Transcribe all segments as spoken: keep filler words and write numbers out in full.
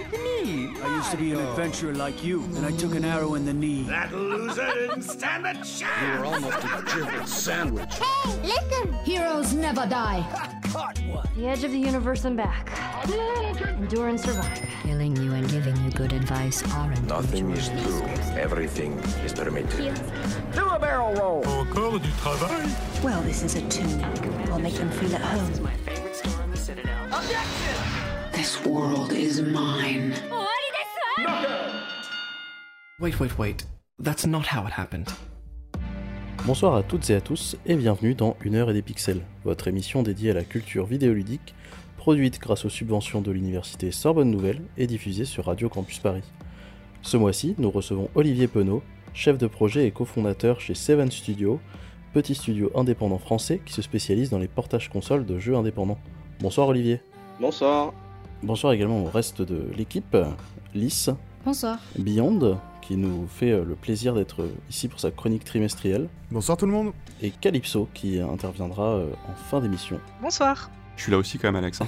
Me? I used to be an adventurer like you, and I took an arrow in the knee. That loser didn't stand a chance! You were almost a jibble sandwich. Hey, listen! Heroes never die. Caught one. The edge of the universe and back. Endure and survive. Killing you and giving you good advice aren't Nothing is true. Everything is permitted. Do a barrel roll. Encore du travail. Well, this is a tune. I'll make them feel at home. This is my favorite store in the Citadel. Objection! This world is mine. Wait, wait, wait. That's not how it happened. Bonsoir à toutes et à tous et bienvenue dans Une heure et des pixels, votre émission dédiée à la culture vidéoludique, produite grâce aux subventions de l'université Sorbonne Nouvelle et diffusée sur Radio Campus Paris. Ce mois-ci, nous recevons Olivier Penaud, chef de projet et cofondateur chez Seven Studio, petit studio indépendant français qui se spécialise dans les portages consoles de jeux indépendants. Bonsoir Olivier. Bonsoir. Bonsoir également au reste de l'équipe, Lys. Bonsoir. Beyond, qui nous fait le plaisir d'être ici pour sa chronique trimestrielle. Bonsoir tout le monde. Et Calypso, qui interviendra en fin d'émission. Bonsoir. Je suis là aussi quand même, Alex. Hein.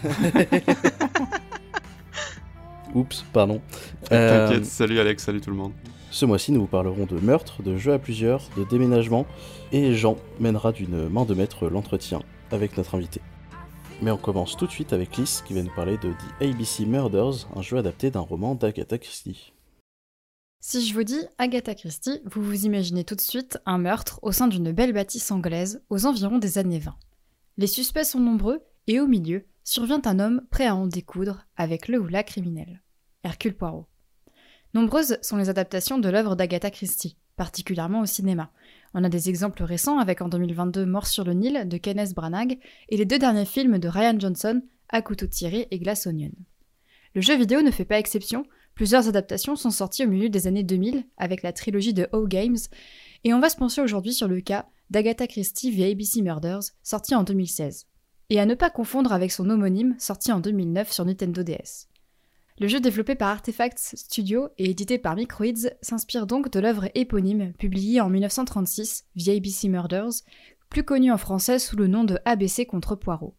Oups, pardon. Euh, T'inquiète, salut Alex, salut tout le monde. Ce mois-ci, nous vous parlerons de meurtres, de jeux à plusieurs, de déménagement, et Jean mènera d'une main de maître l'entretien avec notre invité. Mais on commence tout de suite avec Lys, qui va nous parler de The A B C Murders, un jeu adapté d'un roman d'Agatha Christie. Si je vous dis Agatha Christie, vous vous imaginez tout de suite un meurtre au sein d'une belle bâtisse anglaise aux environs des années vingt. Les suspects sont nombreux, et au milieu, survient un homme prêt à en découdre avec le ou la criminelle. Hercule Poirot. Nombreuses sont les adaptations de l'œuvre d'Agatha Christie, particulièrement au cinéma. On a des exemples récents avec en deux mille vingt-deux Mort sur le Nil de Kenneth Branagh et les deux derniers films de Rian Johnson, À couteau tiré et Glass Onion. Le jeu vidéo ne fait pas exception, plusieurs adaptations sont sorties au milieu des années deux mille avec la trilogie de O Games, et on va se pencher aujourd'hui sur le cas d'Agatha Christie The A B C Murders, sorti en deux mille seize. Et à ne pas confondre avec son homonyme, sorti en deux mille neuf sur Nintendo D S. Le jeu développé par Artifacts Studio et édité par Microids s'inspire donc de l'œuvre éponyme publiée en dix-neuf cent trente-six, The A B C Murders, plus connue en français sous le nom de A B C contre Poirot.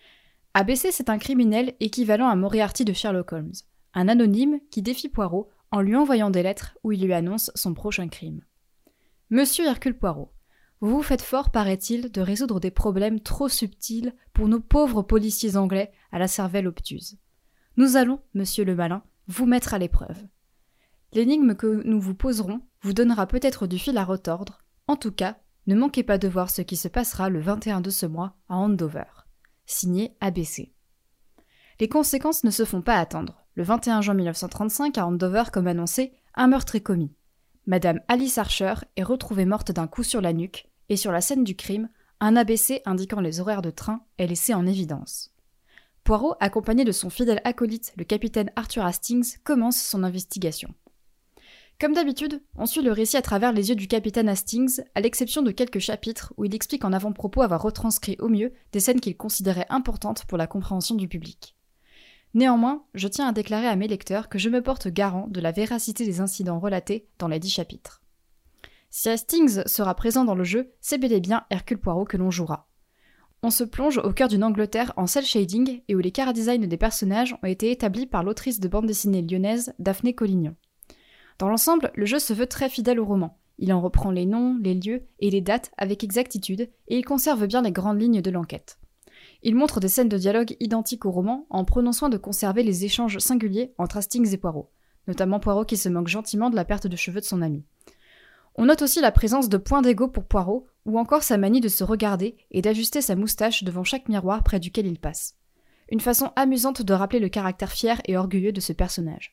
A B C, c'est un criminel équivalent à Moriarty de Sherlock Holmes, un anonyme qui défie Poirot en lui envoyant des lettres où il lui annonce son prochain crime. Monsieur Hercule Poirot, vous vous faites fort, paraît-il, de résoudre des problèmes trop subtils pour nos pauvres policiers anglais à la cervelle obtuse. Nous allons, monsieur le malin, vous mettre à l'épreuve. L'énigme que nous vous poserons vous donnera peut-être du fil à retordre. En tout cas, ne manquez pas de voir ce qui se passera le vingt et un de ce mois à Andover. Signé A B C. Les conséquences ne se font pas attendre. Le vingt et un juin mille neuf cent trente-cinq, à Andover, comme annoncé, un meurtre est commis. Madame Alice Archer est retrouvée morte d'un coup sur la nuque, et sur la scène du crime, un A B C indiquant les horaires de train est laissé en évidence. Poirot, accompagné de son fidèle acolyte, le capitaine Arthur Hastings, commence son investigation. Comme d'habitude, on suit le récit à travers les yeux du capitaine Hastings, à l'exception de quelques chapitres où il explique en avant-propos avoir retranscrit au mieux des scènes qu'il considérait importantes pour la compréhension du public. Néanmoins, je tiens à déclarer à mes lecteurs que je me porte garant de la véracité des incidents relatés dans les dix chapitres. Si Hastings sera présent dans le jeu, c'est bel et bien Hercule Poirot que l'on jouera. On se plonge au cœur d'une Angleterre en cel shading et où les chara-designs des personnages ont été établis par l'autrice de bande dessinée lyonnaise Daphné Collignon. Dans l'ensemble, le jeu se veut très fidèle au roman. Il en reprend les noms, les lieux et les dates avec exactitude et il conserve bien les grandes lignes de l'enquête. Il montre des scènes de dialogue identiques au roman en prenant soin de conserver les échanges singuliers entre Hastings et Poirot, notamment Poirot qui se moque gentiment de la perte de cheveux de son ami. On note aussi la présence de points d'ego pour Poirot, ou encore sa manie de se regarder et d'ajuster sa moustache devant chaque miroir près duquel il passe. Une façon amusante de rappeler le caractère fier et orgueilleux de ce personnage.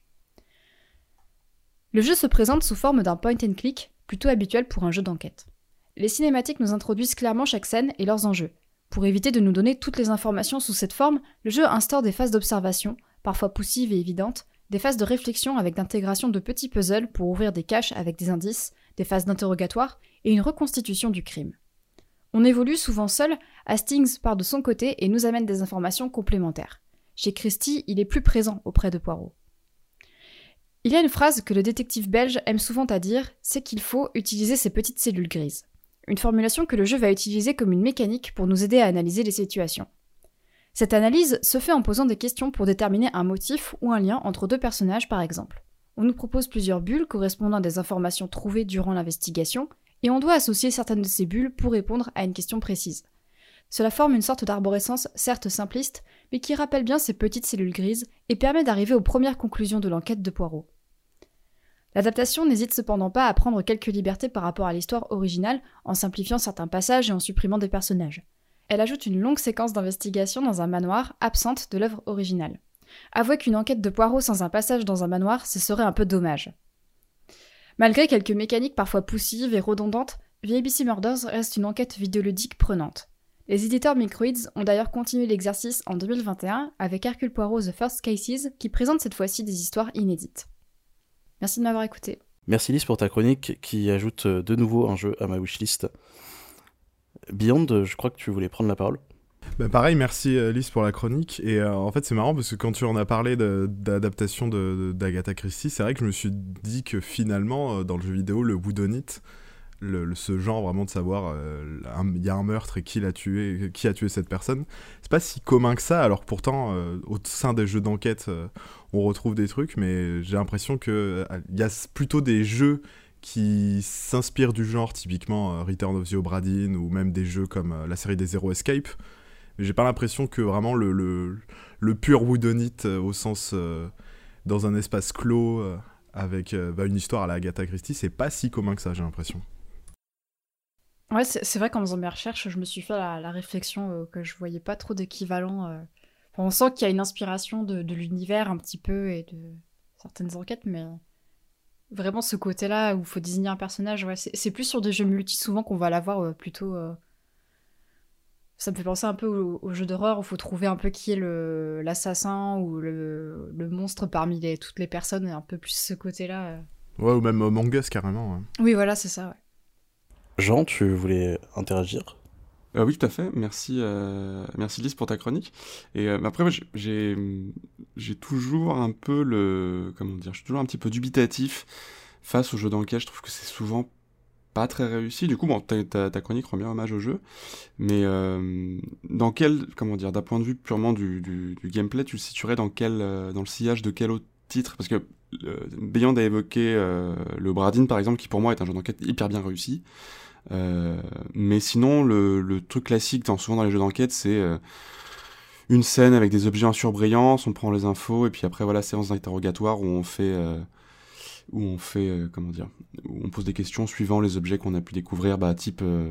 Le jeu se présente sous forme d'un point and click, plutôt habituel pour un jeu d'enquête. Les cinématiques nous introduisent clairement chaque scène et leurs enjeux. Pour éviter de nous donner toutes les informations sous cette forme, le jeu instaure des phases d'observation, parfois poussives et évidentes, des phases de réflexion avec l'intégration de petits puzzles pour ouvrir des caches avec des indices, des phases d'interrogatoire et une reconstitution du crime. On évolue souvent seul, Hastings part de son côté et nous amène des informations complémentaires. Chez Christie, il est plus présent auprès de Poirot. Il y a une phrase que le détective belge aime souvent à dire, c'est qu'il faut utiliser ces petites cellules grises. Une formulation que le jeu va utiliser comme une mécanique pour nous aider à analyser les situations. Cette analyse se fait en posant des questions pour déterminer un motif ou un lien entre deux personnages par exemple. On nous propose plusieurs bulles correspondant à des informations trouvées durant l'investigation, et on doit associer certaines de ces bulles pour répondre à une question précise. Cela forme une sorte d'arborescence certes simpliste, mais qui rappelle bien ces petites cellules grises et permet d'arriver aux premières conclusions de l'enquête de Poirot. L'adaptation n'hésite cependant pas à prendre quelques libertés par rapport à l'histoire originale, en simplifiant certains passages et en supprimant des personnages. Elle ajoute une longue séquence d'investigation dans un manoir, absente de l'œuvre originale. Avouer qu'une enquête de Poirot sans un passage dans un manoir, ce serait un peu dommage. Malgré quelques mécaniques parfois poussives et redondantes, The A B C Murders reste une enquête vidéoludique prenante. Les éditeurs Microids ont d'ailleurs continué l'exercice en deux mille vingt et un avec Hercule Poirot The First Cases, qui présente cette fois-ci des histoires inédites. Merci de m'avoir écouté. Merci Lise pour ta chronique qui ajoute de nouveau un jeu à ma wishlist. Beyond, je crois que tu voulais prendre la parole. Bah pareil, merci Lise pour la chronique. Et euh, en fait, c'est marrant parce que quand tu en as parlé de, d'adaptation de, de, d'Agatha Christie, c'est vrai que je me suis dit que finalement, dans le jeu vidéo, le whodunit, le, le, ce genre vraiment de savoir il euh, y a un meurtre et qui l'a tué, qui a tué cette personne, c'est pas si commun que ça. Alors pourtant, euh, au sein des jeux d'enquête, euh, on retrouve des trucs, mais j'ai l'impression qu'il euh, y a plutôt des jeux qui s'inspirent du genre, typiquement euh, Return of the Obra Dinn, ou même des jeux comme euh, la série des Zero Escape. Mais j'ai pas l'impression que vraiment le, le, le pur whodunit euh, au sens euh, dans un espace clos euh, avec euh, bah, une histoire à la Agatha Christie, c'est pas si commun que ça, j'ai l'impression. Ouais, c'est, c'est vrai qu'en faisant mes recherches, je me suis fait la, la réflexion euh, que je voyais pas trop d'équivalent. Euh... Enfin, on sent qu'il y a une inspiration de, de l'univers un petit peu et de certaines enquêtes, mais vraiment ce côté-là où il faut désigner un personnage, ouais, c'est, c'est plus sur des jeux multi souvent qu'on va l'avoir euh, plutôt... Euh... Ça me fait penser un peu au, au jeu d'horreur où il faut trouver un peu qui est le, l'assassin ou le, le monstre parmi les, toutes les personnes, et un peu plus ce côté-là. Euh... Ouais, ou même Among Us carrément. Ouais. Oui, voilà, c'est ça, ouais. Jean, tu voulais interagir ? euh, Oui, tout à fait. Merci, euh, merci Lise pour ta chronique. Et euh, après, moi, j'ai, j'ai toujours un peu le... Comment dire ? Je suis toujours un petit peu dubitatif face aux jeux d'enquête. Je trouve que c'est souvent pas très réussi. Du coup, bon, ta, ta, ta chronique rend bien hommage au jeu. Mais euh, dans quel... Comment dire ? D'un point de vue purement du, du, du gameplay, tu le situerais dans, quel, euh, dans le sillage de quel autre titre ? Parce que euh, Beyond a évoqué euh, le Obra Dinn, par exemple, qui pour moi est un jeu d'enquête hyper bien réussi. Euh, mais sinon, le, le truc classique dans, souvent dans les jeux d'enquête, c'est euh, une scène avec des objets en surbrillance, on prend les infos, et puis après, voilà, séance d'interrogatoire où on fait, euh, où on fait, euh, comment dire, où on pose des questions suivant les objets qu'on a pu découvrir, bah, type, euh,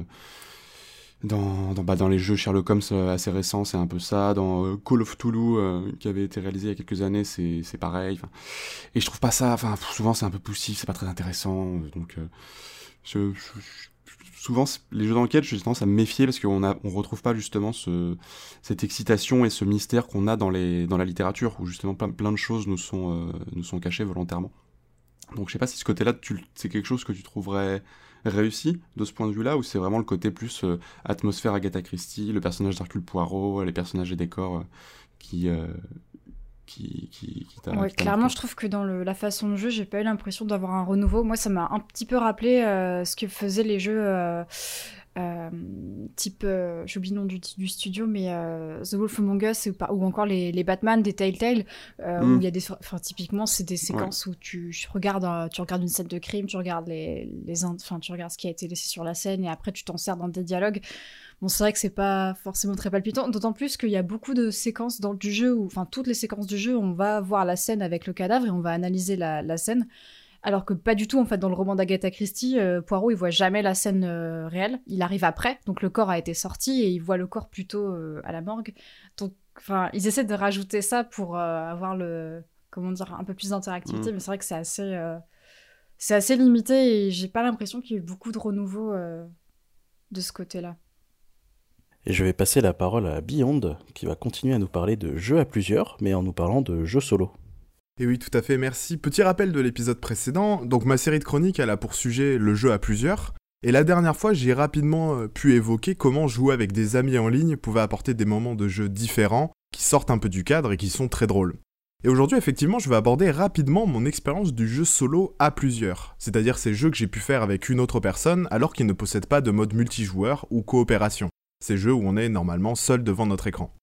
dans, dans, bah, dans les jeux Sherlock Holmes euh, assez récents, c'est un peu ça, dans euh, Call of Cthulhu, euh, qui avait été réalisé il y a quelques années, c'est, c'est pareil, et je trouve pas ça, enfin, souvent c'est un peu poussif, c'est pas très intéressant, donc, euh, je, je, je souvent, les jeux d'enquête, j'ai tendance à me méfier parce qu'on a, on retrouve pas justement ce, cette excitation et ce mystère qu'on a dans, les, dans la littérature, où justement plein, plein de choses nous sont, euh, nous sont cachées volontairement. Donc je sais pas si ce côté-là, tu, c'est quelque chose que tu trouverais réussi de ce point de vue-là, ou c'est vraiment le côté plus euh, atmosphère Agatha Christie, le personnage d'Hercule Poirot, les personnages et décors euh, qui... Euh, Qui, qui, qui t'a, ouais, qui t'a clairement, marqué. je trouve que dans le, la façon de jeu, j'ai pas eu l'impression d'avoir un renouveau. Moi, ça m'a un petit peu rappelé euh, ce que faisaient les jeux euh, euh, type, euh, j'oublie le nom du, du studio, mais euh, The Wolf Among Us ou, ou encore les, les Batman, des Telltale, euh, mm. où il y a des, enfin typiquement, c'est des séquences ouais. où tu regardes, tu regardes une scène de crime, tu regardes les, les, enfin tu regardes ce qui a été laissé sur la scène et après tu t'en sers dans des dialogues. Bon, c'est vrai que c'est pas forcément très palpitant, d'autant plus qu'il y a beaucoup de séquences dans du jeu, où, enfin toutes les séquences du jeu, on va voir la scène avec le cadavre et on va analyser la, la scène, alors que pas du tout, en fait, dans le roman d'Agatha Christie, euh, Poirot, il voit jamais la scène euh, réelle, il arrive après, donc le corps a été sorti et il voit le corps plutôt euh, à la morgue, donc, enfin, ils essaient de rajouter ça pour euh, avoir le, comment dire, un peu plus d'interactivité, mmh. mais c'est vrai que c'est assez, euh, c'est assez limité et j'ai pas l'impression qu'il y ait eu beaucoup de renouveau euh, de ce côté-là. Et je vais passer la parole à Beyond, qui va continuer à nous parler de jeux à plusieurs, mais en nous parlant de jeux solo. Et oui, tout à fait, merci. Petit rappel de l'épisode précédent, donc ma série de chroniques, elle a pour sujet le jeu à plusieurs, et la dernière fois, j'ai rapidement pu évoquer comment jouer avec des amis en ligne pouvait apporter des moments de jeu différents, qui sortent un peu du cadre et qui sont très drôles. Et aujourd'hui, effectivement, je vais aborder rapidement mon expérience du jeu solo à plusieurs, c'est-à-dire ces jeux que j'ai pu faire avec une autre personne, alors qu'ils ne possèdent pas de mode multijoueur ou coopération. Ces jeux où on est normalement seul devant notre écran.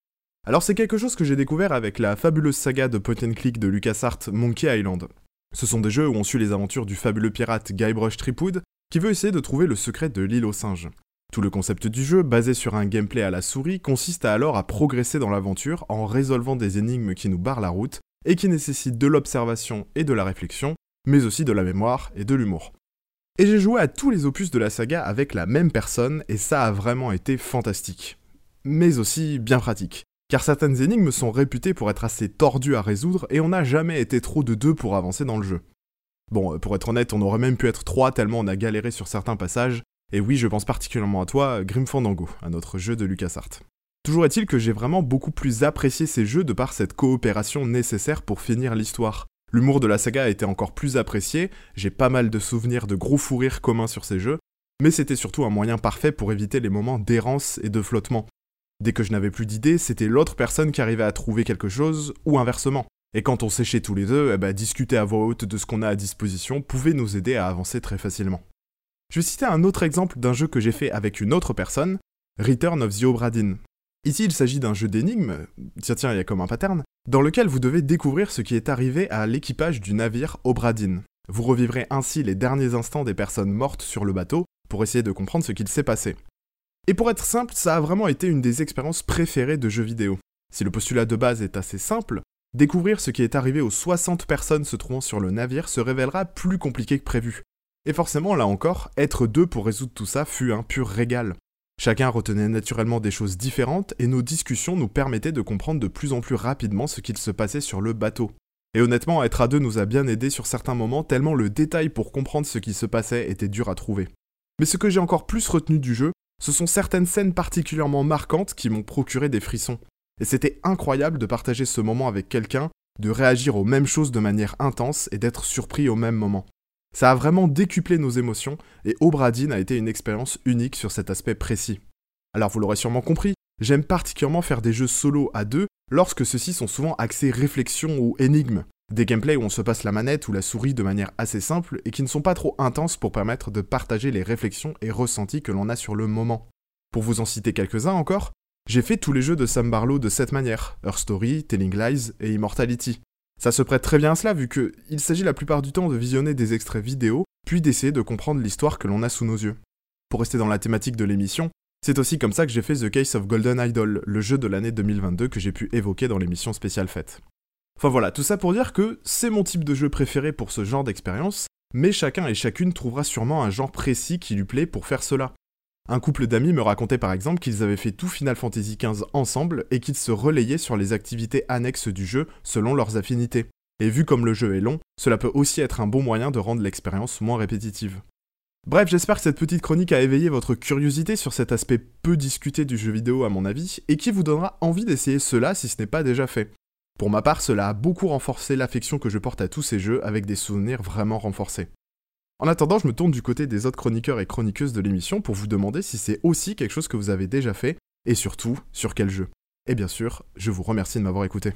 Alors c'est quelque chose que j'ai découvert avec la fabuleuse saga de point and click de LucasArts, Monkey Island. Ce sont des jeux où on suit les aventures du fabuleux pirate Guybrush Threepwood, qui veut essayer de trouver le secret de l'île aux singes. Tout le concept du jeu, basé sur un gameplay à la souris, consiste alors à progresser dans l'aventure en résolvant des énigmes qui nous barrent la route, et qui nécessitent de l'observation et de la réflexion, mais aussi de la mémoire et de l'humour. Et j'ai joué à tous les opus de la saga avec la même personne, et ça a vraiment été fantastique. Mais aussi bien pratique, car certaines énigmes sont réputées pour être assez tordues à résoudre, et on n'a jamais été trop de deux pour avancer dans le jeu. Bon, pour être honnête, on aurait même pu être trois tellement on a galéré sur certains passages, et oui, je pense particulièrement à toi, Grim Fandango, un autre jeu de LucasArts. Toujours est-il que j'ai vraiment beaucoup plus apprécié ces jeux de par cette coopération nécessaire pour finir l'histoire. L'humour de la saga a été encore plus apprécié, j'ai pas mal de souvenirs de gros fous rires communs sur ces jeux, mais c'était surtout un moyen parfait pour éviter les moments d'errance et de flottement. Dès que je n'avais plus d'idées, c'était l'autre personne qui arrivait à trouver quelque chose, ou inversement. Et quand on séchait tous les deux, eh ben, discuter à voix haute de ce qu'on a à disposition pouvait nous aider à avancer très facilement. Je vais citer un autre exemple d'un jeu que j'ai fait avec une autre personne, Return of the Obra Dinn. Ici, il s'agit d'un jeu d'énigmes, tiens tiens, il y a comme un pattern, dans lequel vous devez découvrir ce qui est arrivé à l'équipage du navire Obra Dinn. Vous revivrez ainsi les derniers instants des personnes mortes sur le bateau pour essayer de comprendre ce qu'il s'est passé. Et pour être simple, ça a vraiment été une des expériences préférées de jeux vidéo. Si le postulat de base est assez simple, découvrir ce qui est arrivé aux soixante personnes se trouvant sur le navire se révélera plus compliqué que prévu. Et forcément, là encore, être deux pour résoudre tout ça fut un pur régal. Chacun retenait naturellement des choses différentes et nos discussions nous permettaient de comprendre de plus en plus rapidement ce qu'il se passait sur le bateau. Et honnêtement, être à deux nous a bien aidés sur certains moments tellement le détail pour comprendre ce qui se passait était dur à trouver. Mais ce que j'ai encore plus retenu du jeu, ce sont certaines scènes particulièrement marquantes qui m'ont procuré des frissons. Et c'était incroyable de partager ce moment avec quelqu'un, de réagir aux mêmes choses de manière intense et d'être surpris au même moment. Ça a vraiment décuplé nos émotions, et Obra Dinn a été une expérience unique sur cet aspect précis. Alors vous l'aurez sûrement compris, j'aime particulièrement faire des jeux solo à deux, lorsque ceux-ci sont souvent axés réflexion ou énigmes, des gameplays où on se passe la manette ou la souris de manière assez simple, et qui ne sont pas trop intenses pour permettre de partager les réflexions et ressentis que l'on a sur le moment. Pour vous en citer quelques-uns encore, j'ai fait tous les jeux de Sam Barlow de cette manière, Her Story, Telling Lies et Immortality. Ça se prête très bien à cela vu qu'il s'agit la plupart du temps de visionner des extraits vidéo, puis d'essayer de comprendre l'histoire que l'on a sous nos yeux. Pour rester dans la thématique de l'émission, c'est aussi comme ça que j'ai fait The Case of Golden Idol, le jeu de l'année deux mille vingt-deux que j'ai pu évoquer dans l'émission spéciale fête. Enfin voilà, tout ça pour dire que c'est mon type de jeu préféré pour ce genre d'expérience, mais chacun et chacune trouvera sûrement un genre précis qui lui plaît pour faire cela. Un couple d'amis me racontait par exemple qu'ils avaient fait tout Final Fantasy quinze ensemble et qu'ils se relayaient sur les activités annexes du jeu selon leurs affinités. Et vu comme le jeu est long, cela peut aussi être un bon moyen de rendre l'expérience moins répétitive. Bref, j'espère que cette petite chronique a éveillé votre curiosité sur cet aspect peu discuté du jeu vidéo à mon avis, et qui vous donnera envie d'essayer cela si ce n'est pas déjà fait. Pour ma part, cela a beaucoup renforcé l'affection que je porte à tous ces jeux avec des souvenirs vraiment renforcés. En attendant, je me tourne du côté des autres chroniqueurs et chroniqueuses de l'émission pour vous demander si c'est aussi quelque chose que vous avez déjà fait, et surtout, sur quel jeu. Et bien sûr, je vous remercie de m'avoir écouté.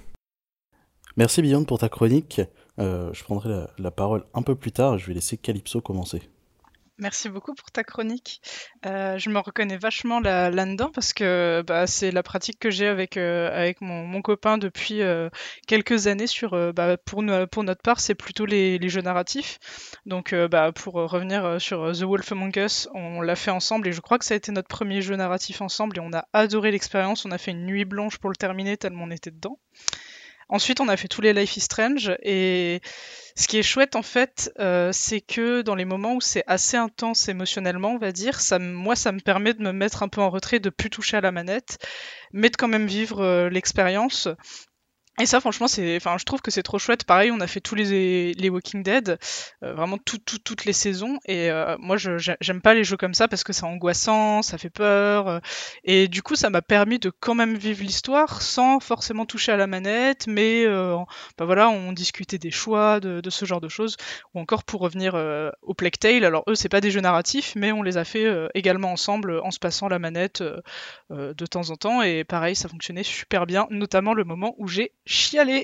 Merci Beyond pour ta chronique. Euh, je prendrai la, la parole un peu plus tard et je vais laisser Calypso commencer. Merci beaucoup pour ta chronique. Euh, je me reconnais vachement là, là-dedans parce que bah, c'est la pratique que j'ai avec, euh, avec mon, mon copain depuis euh, quelques années. Sur, euh, bah, pour, nous, pour notre part, c'est plutôt les, les jeux narratifs. Donc euh, bah, pour revenir sur The Wolf Among Us, on l'a fait ensemble et je crois que ça a été notre premier jeu narratif ensemble et on a adoré l'expérience. On a fait une nuit blanche pour le terminer tellement on était dedans. Ensuite, on a fait tous les Life is Strange et ce qui est chouette en fait, euh, c'est que dans les moments où c'est assez intense émotionnellement, on va dire, ça, moi ça me permet de me mettre un peu en retrait, de plus toucher à la manette, mais de quand même vivre euh, l'expérience. Et ça, franchement, c'est, enfin, je trouve que c'est trop chouette. Pareil, on a fait tous les, les Walking Dead, euh, vraiment tout, tout, toutes les saisons. Et euh, moi, je, j'aime pas les jeux comme ça parce que c'est angoissant, ça fait peur. Euh, et du coup, ça m'a permis de quand même vivre l'histoire sans forcément toucher à la manette. Mais euh, bah voilà, on discutait des choix, de, de ce genre de choses. Ou encore pour revenir euh, au Plague Tale. Alors eux, c'est pas des jeux narratifs, mais on les a fait euh, également ensemble en se passant la manette euh, euh, de temps en temps. Et pareil, ça fonctionnait super bien, notamment le moment où j'ai chialer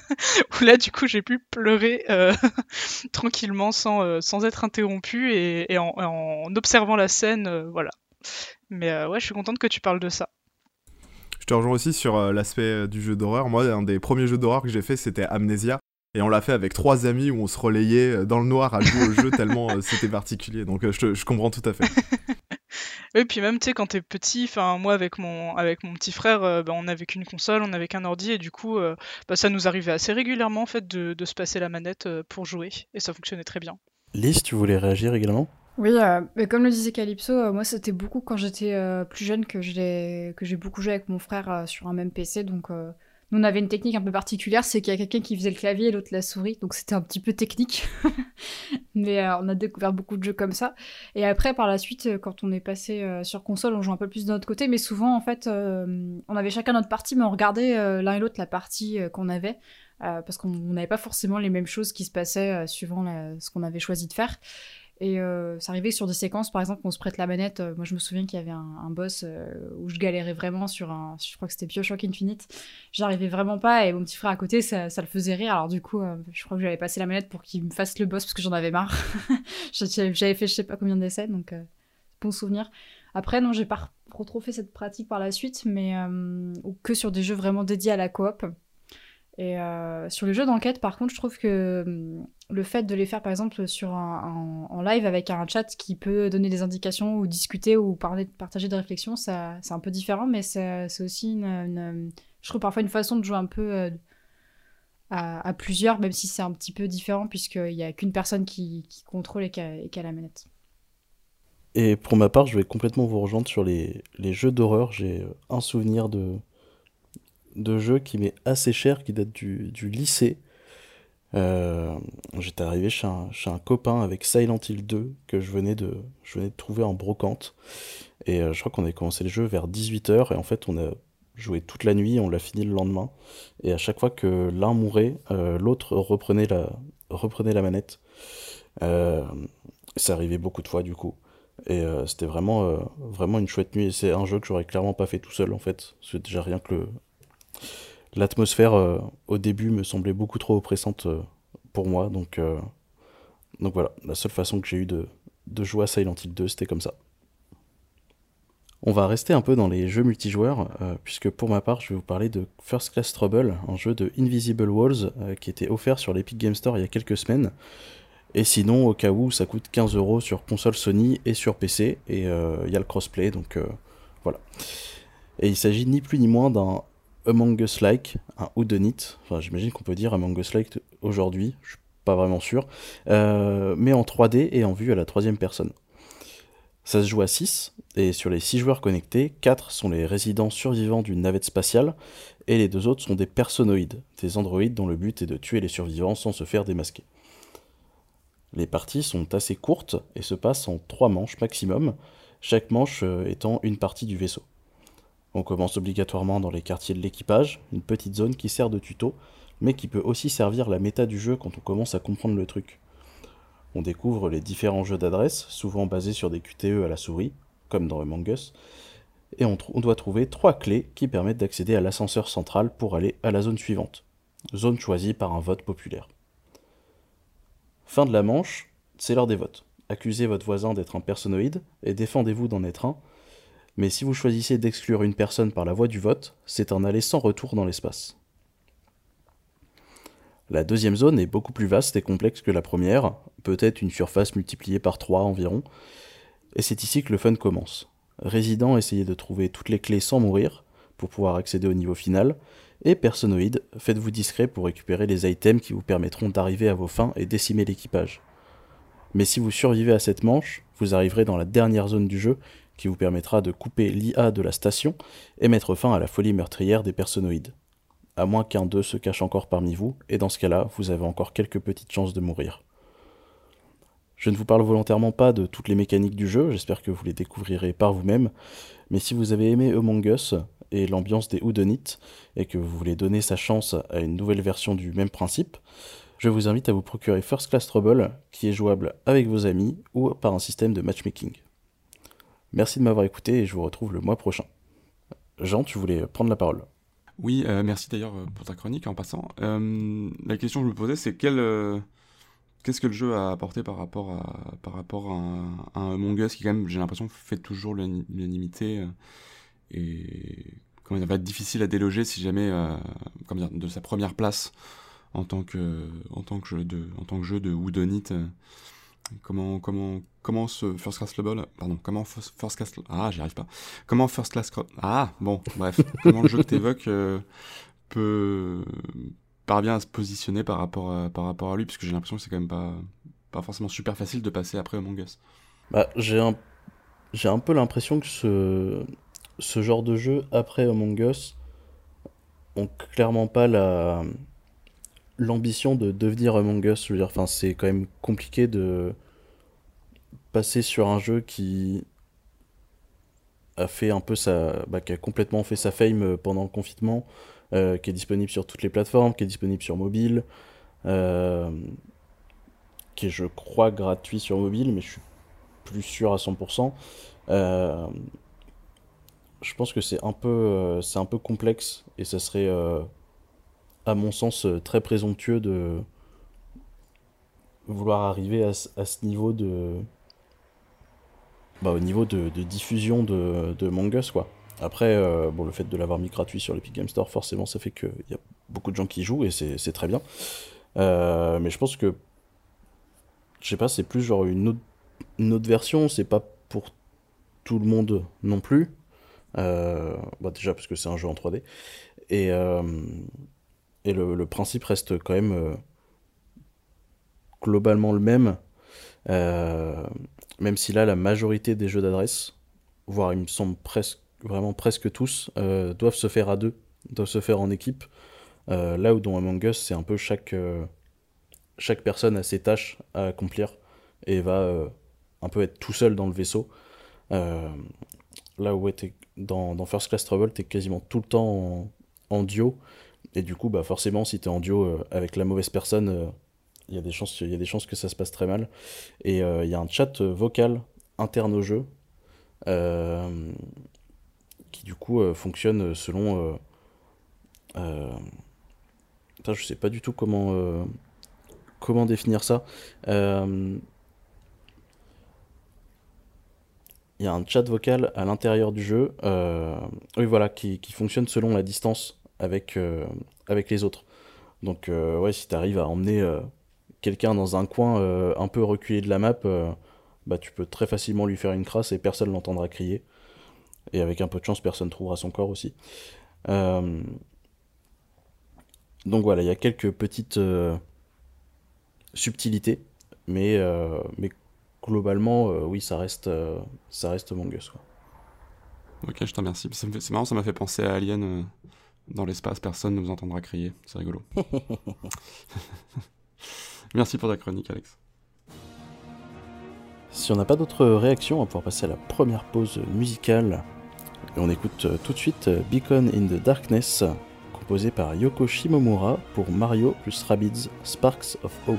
où là du coup j'ai pu pleurer euh, tranquillement sans, euh, sans être interrompu et, et en, en observant la scène, euh, voilà. Mais euh, ouais, je suis contente que tu parles de ça. je te rejoins aussi sur euh, l'aspect euh, du jeu d'horreur. Moi, un des premiers jeux d'horreur que j'ai fait, c'était Amnesia. Et on l'a fait avec trois amis où on se relayait dans le noir à jouer au jeu tellement euh, c'était particulier. Donc euh, je, te, je comprends tout à fait. Oui, puis même, tu sais, quand t'es petit, enfin, moi, avec mon, avec mon petit frère, euh, bah, on n'avait qu'une console, on n'avait qu'un ordi, et du coup, euh, bah, ça nous arrivait assez régulièrement, en fait, de, de se passer la manette euh, pour jouer, et ça fonctionnait très bien. Lise, tu voulais réagir également ? Oui, euh, mais comme le disait Calypso, euh, moi, c'était beaucoup quand j'étais euh, plus jeune que j'ai, que j'ai beaucoup joué avec mon frère euh, sur un même P C, donc... Euh... Nous, on avait une technique un peu particulière, c'est qu'il y a quelqu'un qui faisait le clavier et l'autre la souris, donc c'était un petit peu technique. Mais euh, on a découvert beaucoup de jeux comme ça. Et après, par la suite, quand on est passé euh, sur console, on joue un peu plus de notre côté, mais souvent, en fait, euh, on avait chacun notre partie, mais on regardait euh, l'un et l'autre la partie euh, qu'on avait, euh, parce qu'on n'avait pas forcément les mêmes choses qui se passaient euh, suivant la, ce qu'on avait choisi de faire. Et euh, ça arrivait sur des séquences, par exemple, on se prête la manette. Euh, moi, je me souviens qu'il y avait un, un boss euh, où je galérais vraiment sur un... Je crois que c'était Bioshock Infinite. J'arrivais vraiment pas, et mon petit frère à côté, ça, ça le faisait rire. Alors du coup, euh, je crois que j'avais passé la manette pour qu'il me fasse le boss, parce que j'en avais marre. J'avais fait je sais pas combien d'essais, donc euh, bon souvenir. Après, non, j'ai pas trop, trop fait cette pratique par la suite, mais euh, ou que sur des jeux vraiment dédiés à la coop. Et euh, sur les jeux d'enquête, par contre, je trouve que hum, le fait de les faire, par exemple, sur un, en, en live avec un chat qui peut donner des indications ou discuter ou parler, partager des réflexions, ça, c'est un peu différent, mais c'est, c'est aussi, une, une, je trouve, parfois une façon de jouer un peu euh, à, à plusieurs, même si c'est un petit peu différent, puisqu'il n'y a qu'une personne qui, qui contrôle et qui a, et qui a la manette. Et pour ma part, je vais complètement vous rejoindre sur les, les jeux d'horreur. J'ai un souvenir de... de jeu qui m'est assez cher, qui date du, du lycée. Euh, j'étais arrivé chez un, chez un copain avec Silent Hill deux que je venais de, je venais de trouver en brocante. Et euh, je crois qu'on avait commencé le jeu vers dix-huit heures, et en fait on a joué toute la nuit, on l'a fini le lendemain. Et à chaque fois que l'un mourait, euh, l'autre reprenait la, reprenait la manette. Euh, ça arrivait beaucoup de fois du coup. Et euh, c'était vraiment, euh, vraiment une chouette nuit. Et c'est un jeu que j'aurais clairement pas fait tout seul en fait. C'est déjà rien que le... L'atmosphère euh, au début me semblait beaucoup trop oppressante euh, pour moi, donc, euh, donc voilà, la seule façon que j'ai eu de, de jouer à Silent Hill deux, c'était comme ça. On va rester un peu dans les jeux multijoueurs, euh, puisque pour ma part, je vais vous parler de First Class Trouble, un jeu de Invisible Walls euh, qui était offert sur l'Epic Game Store il y a quelques semaines. Et sinon, au cas où, ça coûte quinze euros sur console Sony et sur P C, et il euh, y a le crossplay, donc euh, voilà. Et il s'agit ni plus ni moins d'un Among Us-like, un whodunit, enfin j'imagine qu'on peut dire Among Us-like aujourd'hui, je suis pas vraiment sûr, euh, mais en trois D et en vue à la troisième personne. Ça se joue à six, et sur les six joueurs connectés, quatre sont les résidents survivants d'une navette spatiale, et les deux autres sont des personnoïdes, des androïdes dont le but est de tuer les survivants sans se faire démasquer. Les parties sont assez courtes et se passent en trois manches maximum, chaque manche étant une partie du vaisseau. On commence obligatoirement dans les quartiers de l'équipage, une petite zone qui sert de tuto, mais qui peut aussi servir la méta du jeu quand on commence à comprendre le truc. On découvre les différents jeux d'adresse, souvent basés sur des Q T E à la souris, comme dans Among Us, et on, tr- on doit trouver trois clés qui permettent d'accéder à l'ascenseur central pour aller à la zone suivante, zone choisie par un vote populaire. Fin de la manche, c'est l'heure des votes. Accusez votre voisin d'être un personnoïde, et défendez-vous d'en être un, mais si vous choisissez d'exclure une personne par la voie du vote, c'est un aller sans retour dans l'espace. La deuxième zone est beaucoup plus vaste et complexe que la première, peut-être une surface multipliée par trois environ, et c'est ici que le fun commence. Résident, essayez de trouver toutes les clés sans mourir, pour pouvoir accéder au niveau final, et personnoïde, faites-vous discret pour récupérer les items qui vous permettront d'arriver à vos fins et décimer l'équipage. Mais si vous survivez à cette manche, vous arriverez dans la dernière zone du jeu, qui vous permettra de couper l'I A de la station et mettre fin à la folie meurtrière des personnoïdes. À moins qu'un d'eux se cache encore parmi vous, et dans ce cas-là, vous avez encore quelques petites chances de mourir. Je ne vous parle volontairement pas de toutes les mécaniques du jeu, j'espère que vous les découvrirez par vous-même, mais si vous avez aimé Among Us et l'ambiance des whodunits, et que vous voulez donner sa chance à une nouvelle version du même principe, je vous invite à vous procurer First Class Trouble, qui est jouable avec vos amis ou par un système de matchmaking. Merci de m'avoir écouté et je vous retrouve le mois prochain. Jean, tu voulais prendre la parole. Oui, euh, merci d'ailleurs pour ta chronique en passant. Euh, la question que je me posais, c'est quel, euh, qu'est-ce que le jeu a apporté par rapport à, par rapport à, un, à un Among Us qui, quand même, j'ai l'impression, fait toujours l'unanimité. Euh, et comment il va être difficile à déloger si jamais, euh, comment dire, de sa première place en tant que, en tant que jeu de, en tant que jeu de Whodunit. Euh, comment, comment, comment ce First Class Global, pardon, comment First Class, ah, j'y arrive pas. Comment First Class, ah, bon, bref, comment le jeu que t'évoques euh, peut parvient à se positionner par rapport à, par rapport à lui, parce que j'ai l'impression que c'est quand même pas, pas forcément super facile de passer après Among Us. Bah, j'ai un, j'ai un peu l'impression que ce, ce genre de jeu après Among Us ont clairement pas la l'ambition de devenir Among Us. Je veux dire, enfin, c'est quand même compliqué de passer sur un jeu qui a fait un peu sa, bah, qui a complètement fait sa fame pendant le confinement. Euh, qui est disponible sur toutes les plateformes, qui est disponible sur mobile, euh, qui est, je crois, gratuit sur mobile, mais je suis plus sûr à cent pour cent. Euh, je pense que c'est un peu, euh, c'est un peu complexe, et ça serait, euh, à mon sens, très présomptueux de vouloir arriver à, à ce niveau de... Bah, au niveau de, de diffusion de, de Among Us, quoi. Après, euh, bon, le fait de l'avoir mis gratuit sur l'Epic Game Store, forcément, ça fait qu'il y a beaucoup de gens qui y jouent, et c'est, c'est très bien. Euh, mais je pense que, je sais pas, c'est plus genre une autre, une autre version, c'est pas pour tout le monde non plus. Euh, bah déjà, parce que c'est un jeu en trois D. Et, euh, et le, le principe reste quand même euh, globalement le même, euh, même si là, la majorité des jeux d'adresse, voire il me semble presque, vraiment presque tous, euh, doivent se faire à deux, doivent se faire en équipe. Euh, là où dans Among Us, c'est un peu chaque, euh, chaque personne a ses tâches à accomplir et va euh, un peu être tout seul dans le vaisseau. Euh, là où ouais, t'es, dans, dans First Class Trouble, t'es quasiment tout le temps en, en duo. Et du coup, bah, forcément, si t'es en duo euh, avec la mauvaise personne, euh, il y a des chances, il y a des chances que ça se passe très mal. Et il euh, y a un chat vocal interne au jeu. Euh, qui du coup euh, fonctionne selon euh, euh... Putain, je sais pas du tout comment euh... comment définir ça. Euh... Il y a un chat vocal à l'intérieur du jeu, euh... oui voilà, qui, qui fonctionne selon la distance avec, euh... avec les autres. Donc euh, ouais, si t'arrives à emmener euh, quelqu'un dans un coin euh, un peu reculé de la map, euh, bah tu peux très facilement lui faire une crasse et personne l'entendra crier. Et avec un peu de chance, personne trouvera son corps aussi. Euh... Donc voilà, il y a quelques petites euh, subtilités, mais, euh, mais globalement, euh, oui, ça reste, euh, ça reste Among Us, quoi. Ok, je te remercie. Ça me fait... C'est marrant, ça m'a fait penser à Alien. Euh, dans l'espace, personne ne vous entendra crier. C'est rigolo. Merci pour ta chronique, Alex. Si on n'a pas d'autres réactions, on va pouvoir passer à la première pause musicale. Et on écoute tout de suite Beacon in the Darkness, composé par Yoko Shimomura pour Mario plus Rabbids Sparks of Hope.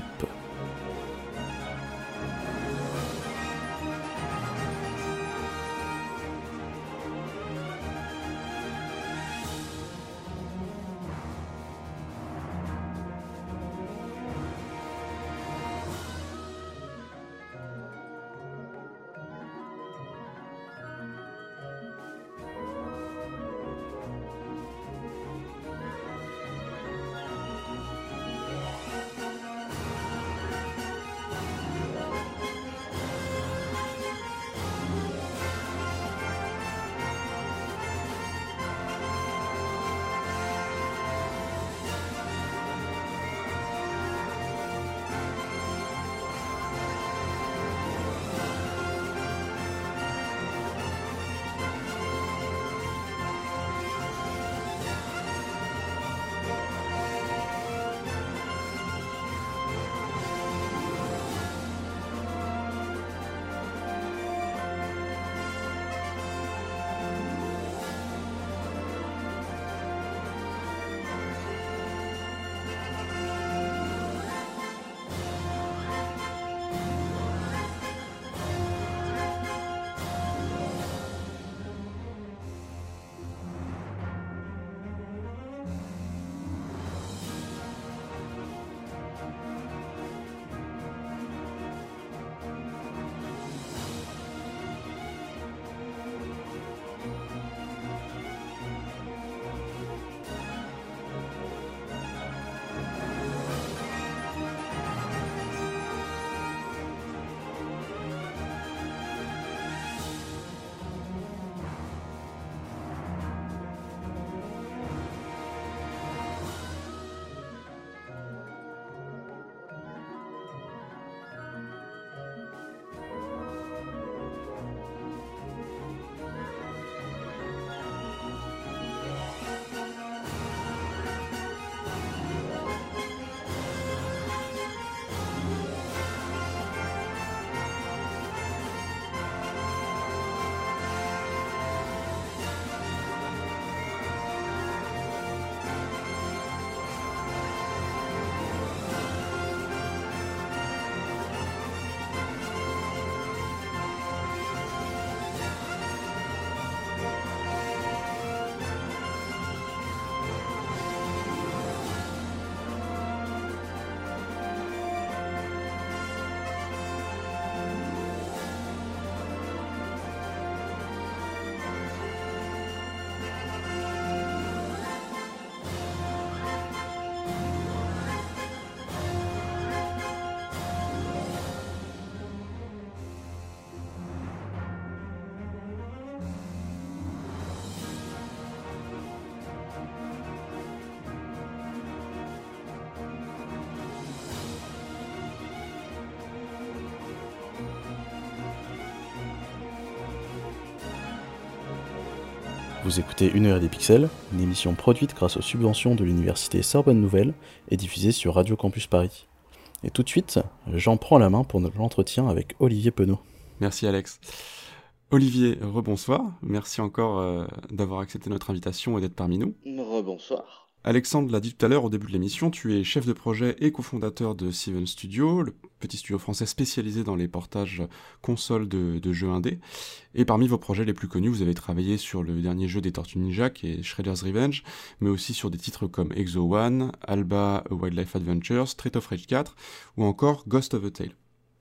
Vous écoutez Une heure et des pixels, une émission produite grâce aux subventions de l'université Sorbonne Nouvelle et diffusée sur Radio Campus Paris. Et tout de suite, j'en prends la main pour notre entretien avec Olivier Penaud. Merci Alex. Olivier, rebonsoir. Merci encore euh, d'avoir accepté notre invitation et d'être parmi nous. Rebonsoir. Alexandre l'a dit tout à l'heure au début de l'émission, tu es chef de projet et cofondateur de Seven Studio, le petit studio français spécialisé dans les portages consoles de, de jeux indés. Et parmi vos projets les plus connus, vous avez travaillé sur le dernier jeu des Tortues Ninja qui est Shredder's Revenge, mais aussi sur des titres comme Exo One, Alba A Wildlife Adventures, Street of Rage quatre ou encore Ghost of a Tale.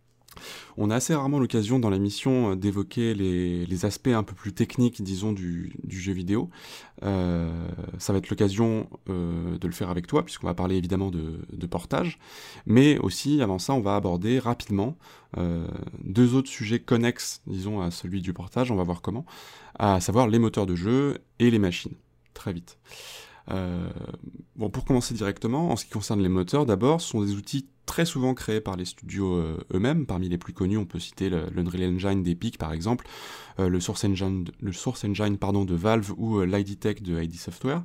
On a assez rarement l'occasion dans l'émission d'évoquer les, les aspects un peu plus techniques, disons, du, du jeu vidéo. Euh, ça va être l'occasion euh, de le faire avec toi, puisqu'on va parler évidemment de, de portage. Mais aussi, avant ça, on va aborder rapidement euh, deux autres sujets connexes, disons, à celui du portage. On va voir comment. À savoir les moteurs de jeu et les machines. Très vite. Euh, bon, pour commencer directement, en ce qui concerne les moteurs, d'abord, ce sont des outils très souvent créés par les studios euh, eux-mêmes. Parmi les plus connus, on peut citer le, l'Unreal Engine d'Epic, par exemple, euh, le Source Engine, le Source Engine pardon, de Valve ou euh, l'I D Tech de I D Software.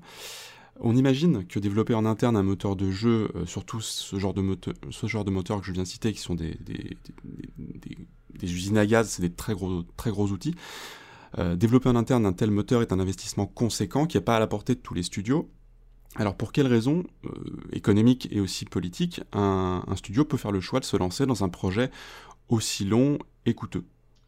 On imagine que développer en interne un moteur de jeu, euh, surtout ce genre de, moteur, ce genre de moteur que je viens de citer, qui sont des, des, des, des, des usines à gaz, c'est des très gros, très gros outils. Euh, développer en interne un tel moteur est un investissement conséquent qui n'est pas à la portée de tous les studios. Alors pour quelles raisons, euh, économiques et aussi politiques, un, un studio peut faire le choix de se lancer dans un projet aussi long et coûteux ?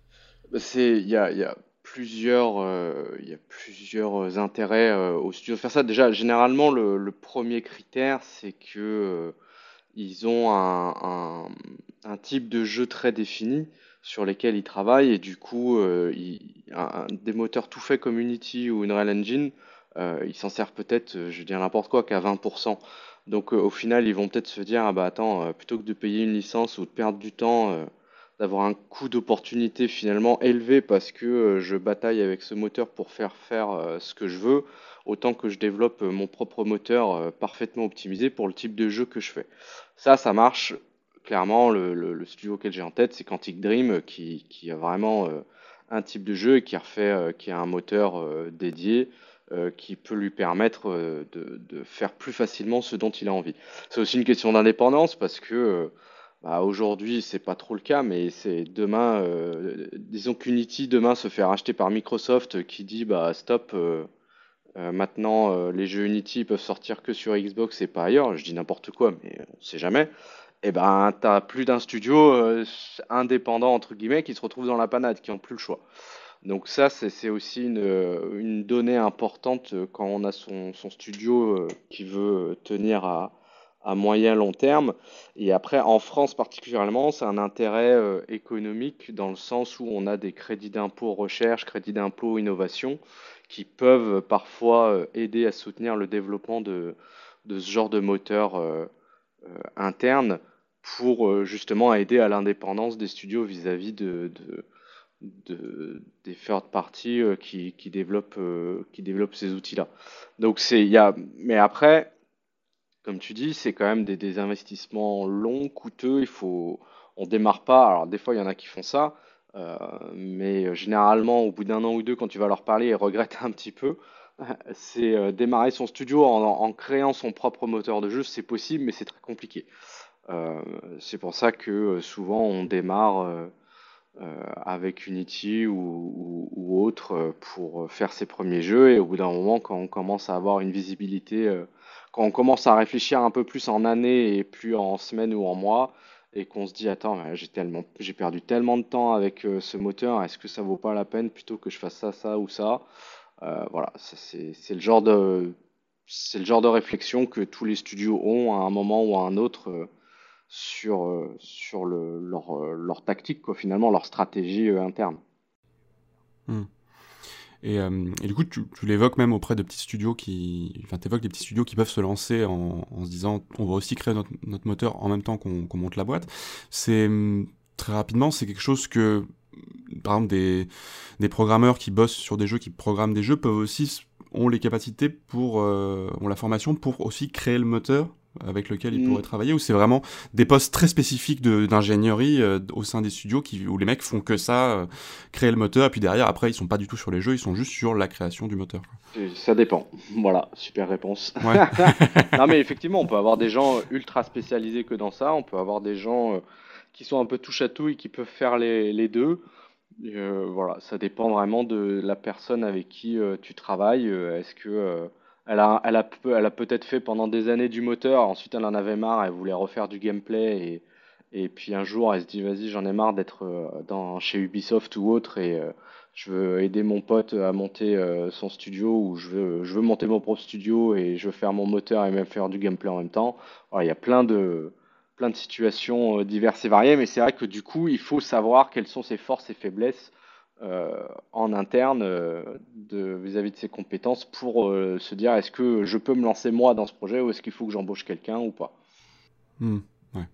C'est, il y a, y a plusieurs, euh, y a plusieurs intérêts euh, au studio de faire ça. Déjà, généralement, le, le premier critère, c'est que euh, ils ont un, un, un type de jeu très défini sur lesquels ils travaillent, et du coup, euh, ils, un, des moteurs tout faits comme Unity ou Unreal Engine, euh, ils s'en servent peut-être, je veux dire n'importe quoi, qu'à vingt pour cent. Donc euh, au final, ils vont peut-être se dire, ah bah attends, euh, plutôt que de payer une licence ou de perdre du temps, euh, d'avoir un coût d'opportunité finalement élevé parce que euh, je bataille avec ce moteur pour faire faire euh, ce que je veux, autant que je développe euh, mon propre moteur euh, parfaitement optimisé pour le type de jeu que je fais. Ça, ça marche. Clairement, le, le, le studio auquel j'ai en tête, c'est Quantic Dream, qui, qui a vraiment euh, un type de jeu et qui a refait, euh, qui a un moteur euh, dédié, euh, qui peut lui permettre euh, de, de faire plus facilement ce dont il a envie. C'est aussi une question d'indépendance parce que euh, bah, aujourd'hui, c'est pas trop le cas, mais c'est demain, euh, disons qu'Unity demain se fait racheter par Microsoft, qui dit bah stop. Euh, euh, maintenant, euh, les jeux Unity peuvent sortir que sur Xbox et pas ailleurs. Je dis n'importe quoi, mais on sait jamais. Eh ben, t'as plus d'un studio euh, indépendant, entre guillemets, qui se retrouve dans la panade, qui n'ont plus le choix. Donc ça, c'est, c'est aussi une, une donnée importante quand on a son, son studio euh, qui veut tenir à, à moyen long terme. Et après, en France particulièrement, c'est un intérêt euh, économique dans le sens où on a des crédits d'impôt recherche, crédits d'impôt innovation, qui peuvent parfois euh, aider à soutenir le développement de, de ce genre de moteur euh, euh, interne, pour euh, justement aider à l'indépendance des studios vis-à-vis de, de, de, des third parties euh, qui, qui, développent, euh, qui développent ces outils-là. Donc c'est, y a, mais après, comme tu dis, c'est quand même des, des investissements longs, coûteux. Il faut, on démarre pas. Alors des fois, il y en a qui font ça, euh, mais généralement, au bout d'un an ou deux, quand tu vas leur parler, ils regrettent un petit peu. C'est euh, démarrer son studio en, en créant son propre moteur de jeu, c'est possible, mais c'est très compliqué. Euh, c'est pour ça que euh, souvent on démarre euh, euh, avec Unity ou, ou, ou autre euh, pour faire ses premiers jeux, et au bout d'un moment, quand on commence à avoir une visibilité, euh, quand on commence à réfléchir un peu plus en années et plus en semaines ou en mois, et qu'on se dit attends, j'ai tellement, j'ai perdu tellement de temps avec euh, ce moteur, est-ce que ça vaut pas la peine plutôt que je fasse ça, ça ou ça? Euh, voilà, ça, c'est, c'est le genre de, c'est le genre de réflexion que tous les studios ont à un moment ou à un autre. Euh, sur, euh, sur le, leur, euh, leur tactique, quoi, finalement, leur stratégie euh, interne. Mmh. Et, euh, et du coup, tu, tu l'évoques même auprès de petits studios qui... Enfin, tu évoques des petits studios qui peuvent se lancer en, en se disant on va aussi créer notre, notre moteur en même temps qu'on, qu'on monte la boîte. C'est, très rapidement, c'est quelque chose que, par exemple, des, des programmeurs qui bossent sur des jeux, qui programment des jeux, peuvent aussi, ont les capacités pour... Euh, ont la formation pour aussi créer le moteur avec lequel ils mmh. pourraient travailler, ou c'est vraiment des postes très spécifiques de, d'ingénierie euh, au sein des studios qui, où les mecs font que ça, euh, créer le moteur, et puis derrière, après, ils sont pas du tout sur les jeux, ils sont juste sur la création du moteur. Ça dépend. Voilà, super réponse. Ouais. Non, mais effectivement, on peut avoir des gens ultra spécialisés que dans ça, on peut avoir des gens euh, qui sont un peu touche à tout et qui peuvent faire les, les deux. Euh, voilà, ça dépend vraiment de la personne avec qui euh, tu travailles. Euh, est-ce que euh, elle a, elle, a, elle a peut-être fait pendant des années du moteur, ensuite elle en avait marre, elle voulait refaire du gameplay et, et puis un jour elle se dit vas-y, j'en ai marre d'être euh, dans, chez Ubisoft ou autre et euh, je veux aider mon pote à monter euh, son studio ou je veux, je veux monter mon propre studio et je veux faire mon moteur et même faire du gameplay en même temps. Voilà, il y a plein de plein de situations euh, diverses et variées, mais c'est vrai que du coup, il faut savoir quelles sont ses forces et faiblesses euh, en interne euh, de, vis-à-vis de ses compétences pour euh, se dire est-ce que je peux me lancer moi dans ce projet ou est-ce qu'il faut que j'embauche quelqu'un ou pas. Mmh, ouais.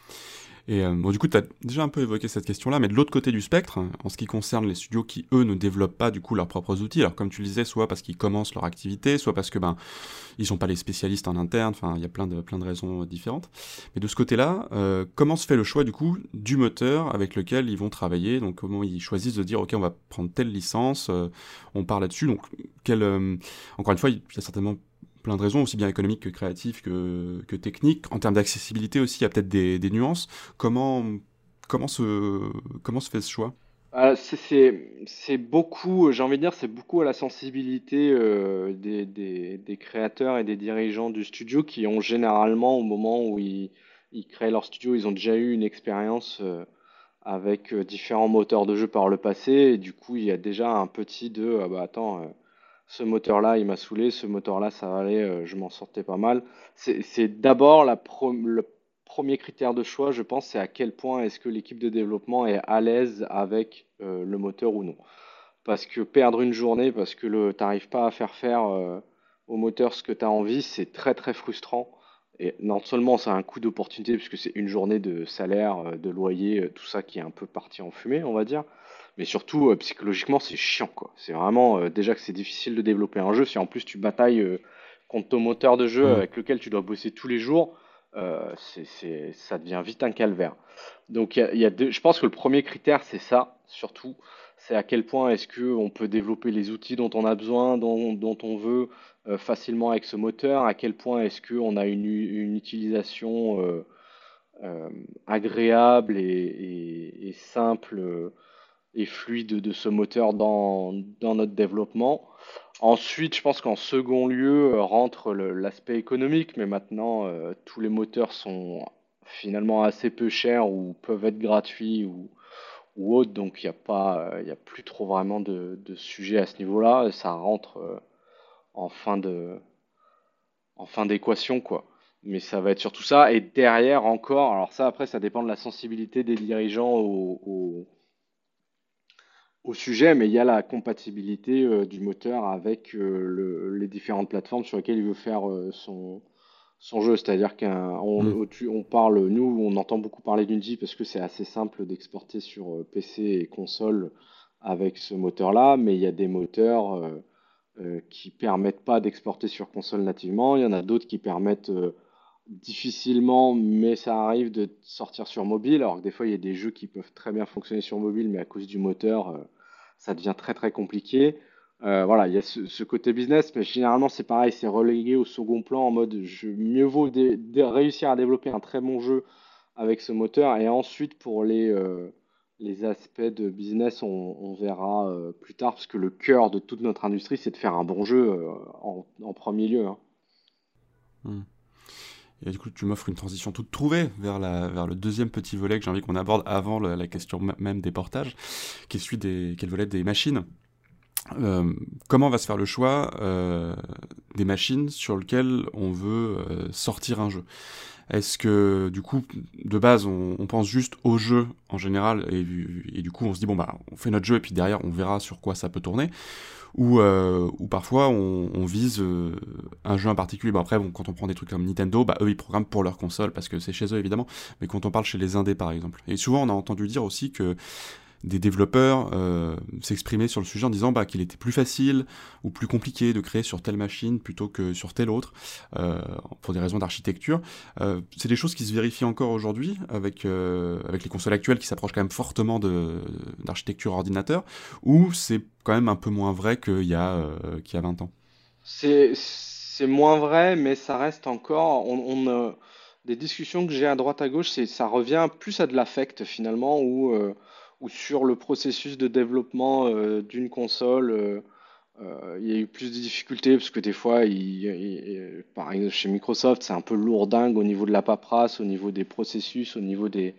Et euh, bon, du coup, tu as déjà un peu évoqué cette question-là, mais de l'autre côté du spectre, en ce qui concerne les studios qui, eux, ne développent pas du coup leurs propres outils, alors comme tu le disais, soit parce qu'ils commencent leur activité, soit parce que ben ils sont pas les spécialistes en interne, enfin, il y a plein de, plein de raisons différentes. Mais de ce côté-là, euh, comment se fait le choix du coup du moteur avec lequel ils vont travailler? Donc comment ils choisissent de dire, ok, on va prendre telle licence, euh, on part là-dessus, donc quel, euh, encore une fois, il y a certainement plein de raisons, aussi bien économiques que créatives que, que techniques. En termes d'accessibilité aussi, il y a peut-être des, des nuances. Comment, comment, se, comment se fait ce choix? euh, c'est, c'est, c'est beaucoup, j'ai envie de dire, c'est beaucoup à la sensibilité euh, des, des, des créateurs et des dirigeants du studio qui ont généralement, au moment où ils, ils créent leur studio, ils ont déjà eu une expérience euh, avec euh, différents moteurs de jeu par le passé. Et du coup, il y a déjà un petit de, ah bah attends... Euh, ce moteur-là, il m'a saoulé, ce moteur-là, ça allait, euh, je m'en sortais pas mal. C'est, c'est d'abord la pro- le premier critère de choix, je pense, c'est à quel point est-ce que l'équipe de développement est à l'aise avec euh, le moteur ou non. Parce que perdre une journée, parce que le, t'arrives pas à faire faire euh, au moteur ce que tu as envie, c'est très très frustrant. Et non seulement ça a un coût d'opportunité, puisque c'est une journée de salaire, de loyer, tout ça qui est un peu parti en fumée, on va dire. Mais surtout, euh, psychologiquement, c'est chiant, quoi. C'est vraiment, euh, déjà que c'est difficile de développer un jeu, si en plus tu batailles euh, contre ton moteur de jeu Mmh. avec lequel tu dois bosser tous les jours, euh, c'est, c'est, ça devient vite un calvaire. Donc, y a, y a deux, je pense que le premier critère, c'est ça, surtout. C'est à quel point est-ce qu'on peut développer les outils dont on a besoin, dont, dont on veut, euh, facilement avec ce moteur. À quel point est-ce qu'on a une, une utilisation euh, euh, agréable et, et, et simple euh, et fluide de ce moteur dans, dans notre développement. Ensuite, je pense qu'en second lieu euh, rentre le, l'aspect économique, mais maintenant euh, tous les moteurs sont finalement assez peu chers ou peuvent être gratuits ou, ou autres, donc il n'y a pas, il euh, a plus trop vraiment de, de sujet à ce niveau-là. Ça rentre euh, en fin de, en fin d'équation, quoi. Mais ça va être surtout ça. Et derrière encore, alors ça après, ça dépend de la sensibilité des dirigeants au, au au sujet, mais il y a la compatibilité euh, du moteur avec euh, le, les différentes plateformes sur lesquelles il veut faire euh, son, son jeu. C'est-à-dire qu'on Mmh. on parle, nous, on entend beaucoup parler d'Unity parce que c'est assez simple d'exporter sur euh, P C et console avec ce moteur-là, mais il y a des moteurs euh, euh, qui permettent pas d'exporter sur console nativement. Il y en a d'autres qui permettent euh, difficilement, mais ça arrive de sortir sur mobile. Alors que des fois, il y a des jeux qui peuvent très bien fonctionner sur mobile, mais à cause du moteur, euh, ça devient très très compliqué. Euh, voilà, il y a ce, ce côté business, mais généralement c'est pareil, c'est relégué au second plan en mode je, mieux vaut dé- dé- réussir à développer un très bon jeu avec ce moteur, et ensuite pour les, euh, les aspects de business, on, on verra euh, plus tard, parce que le cœur de toute notre industrie, c'est de faire un bon jeu euh, en, en premier lieu. Hein. Mmh. Et du coup, tu m'offres une transition toute trouvée vers, la, vers le deuxième petit volet que j'ai envie qu'on aborde avant le, la question m- même des portages, qui est celui des, qui est le volet des machines. Euh, comment va se faire le choix euh, des machines sur lesquelles on veut euh, sortir un jeu? Est-ce que, du coup, de base, on, on pense juste au jeu en général, et, et du coup, on se dit, bon, bah, on fait notre jeu, et puis derrière, on verra sur quoi ça peut tourner, ou, euh, ou parfois, on, on vise euh, un jeu en particulier. Bon, après, bon, quand on prend des trucs comme Nintendo, bah, eux, ils programment pour leur console, parce que c'est chez eux, évidemment, mais quand on parle chez les indés, par exemple. Et souvent, on a entendu dire aussi que des développeurs euh, s'exprimer sur le sujet en disant bah, qu'il était plus facile ou plus compliqué de créer sur telle machine plutôt que sur telle autre, euh, pour des raisons d'architecture. Euh, c'est des choses qui se vérifient encore aujourd'hui avec, euh, avec les consoles actuelles qui s'approchent quand même fortement de, d'architecture ordinateur, ou c'est quand même un peu moins vrai qu'il y a, euh, qu'il y a vingt ans? C'est, c'est moins vrai, mais ça reste encore. On, on, euh, des discussions que j'ai à droite à gauche, c'est, ça revient plus à de l'affect finalement, où, euh, où sur le processus de développement euh, d'une console, euh, euh, il y a eu plus de difficultés parce que des fois, il, il- par exemple chez Microsoft, c'est un peu lourdingue au niveau de la paperasse, au niveau des processus, au niveau des,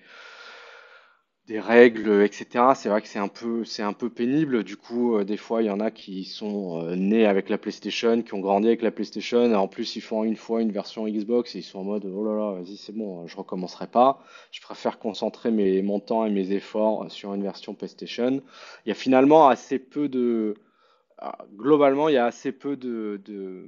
des règles, et cetera. C'est vrai que c'est un peu, c'est un peu pénible. Du coup, euh, des fois, il y en a qui sont euh, nés avec la PlayStation, qui ont grandi avec la PlayStation. Et en plus, ils font une fois une version Xbox et ils sont en mode, oh là là, vas-y, c'est bon, je recommencerai pas. Je préfère concentrer mes, mon temps et mes efforts sur une version PlayStation. Il y a finalement assez peu de, ah, globalement, il y a assez peu de, de,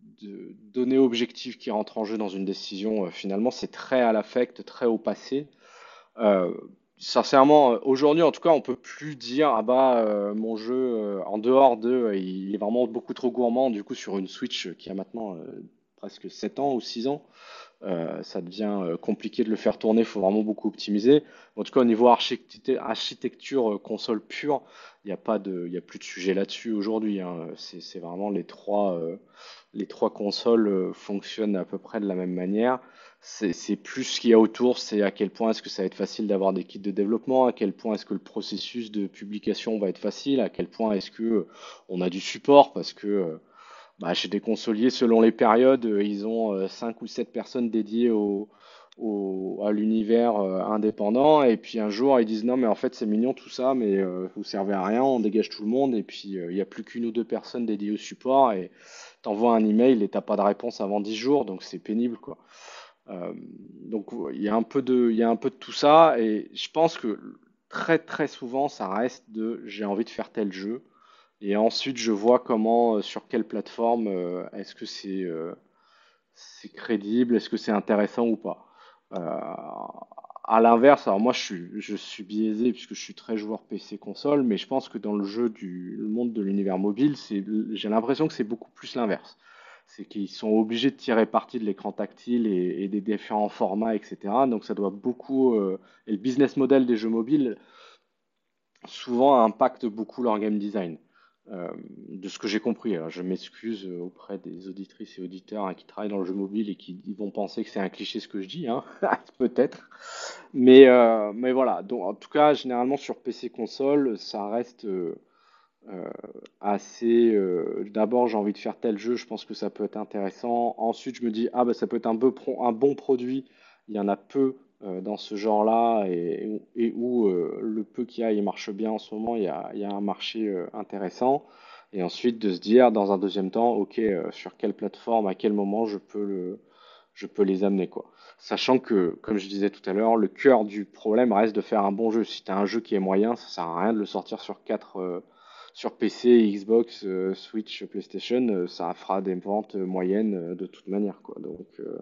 de données objectives qui rentrent en jeu dans une décision. Euh, Finalement, c'est très à l'affect, très au passé. Euh, Sincèrement, euh, aujourd'hui en tout cas, on peut plus dire ah bah euh, mon jeu euh, en dehors de, euh, il est vraiment beaucoup trop gourmand. Du coup, sur une Switch euh, qui a maintenant euh, presque sept ans ou six ans, euh, ça devient euh, compliqué de le faire tourner. Il faut vraiment beaucoup optimiser. En tout cas, au niveau architecte- architecture euh, console pure, il n'y a pas de, il y a plus de sujet là-dessus aujourd'hui, hein. C'est, c'est vraiment les trois, euh, les trois consoles euh, fonctionnent à peu près de la même manière. C'est c'est plus ce qu'il y a autour, c'est à quel point est-ce que ça va être facile d'avoir des kits de développement, à quel point est-ce que le processus de publication va être facile, à quel point est-ce que euh, on a du support, parce que euh, bah, chez des consoliers, selon les périodes, euh, ils ont euh, cinq ou sept personnes dédiées au, au- à l'univers euh, indépendant, et puis un jour ils disent non mais en fait c'est mignon tout ça, mais euh, vous servez à rien, on dégage tout le monde, et puis euh, il n'y a plus qu'une ou deux personnes dédiées au support, et t'envoies un email et t'as pas de réponse avant dix jours, donc c'est pénible quoi. Euh, donc il y a un peu de, il y a un peu de tout ça et je pense que très très souvent ça reste de j'ai envie de faire tel jeu et ensuite je vois comment, euh, sur quelle plateforme, euh, est-ce que c'est euh, c'est crédible, est-ce que c'est intéressant ou pas. Euh, à l'inverse, alors moi je suis, je suis biaisé puisque je suis très joueur P C console, mais je pense que dans le jeu du le monde de l'univers mobile, c'est, j'ai l'impression que c'est beaucoup plus l'inverse. C'est qu'ils sont obligés de tirer parti de l'écran tactile et, et des différents formats, et cetera. Donc ça doit beaucoup, euh, et le business model des jeux mobiles souvent impacte beaucoup leur game design. Euh, de ce que j'ai compris. Alors, je m'excuse euh, auprès des auditrices et auditeurs, hein, qui travaillent dans le jeu mobile et qui ils vont penser que c'est un cliché ce que je dis, hein. Peut-être. Mais, euh, mais voilà. Donc, en tout cas, généralement sur P C console, ça reste euh, euh, assez. Euh, d'abord, j'ai envie de faire tel jeu, je pense que ça peut être intéressant. Ensuite, je me dis, ah bah ça peut être un, peu pro- un bon produit. Il y en a peu euh, dans ce genre-là et, et où euh, le peu qu'il y a, il marche bien en ce moment. Il y a, il y a un marché euh, intéressant. Et ensuite, de se dire, dans un deuxième temps, ok, euh, sur quelle plateforme, à quel moment je peux le, je peux les amener, quoi. Sachant que, comme je disais tout à l'heure, le cœur du problème reste de faire un bon jeu. Si tu as un jeu qui est moyen, ça sert à rien de le sortir sur quatre, euh, sur P C, Xbox, euh, Switch, PlayStation, euh, ça fera des ventes euh, moyennes euh, de toute manière, quoi. Donc, euh,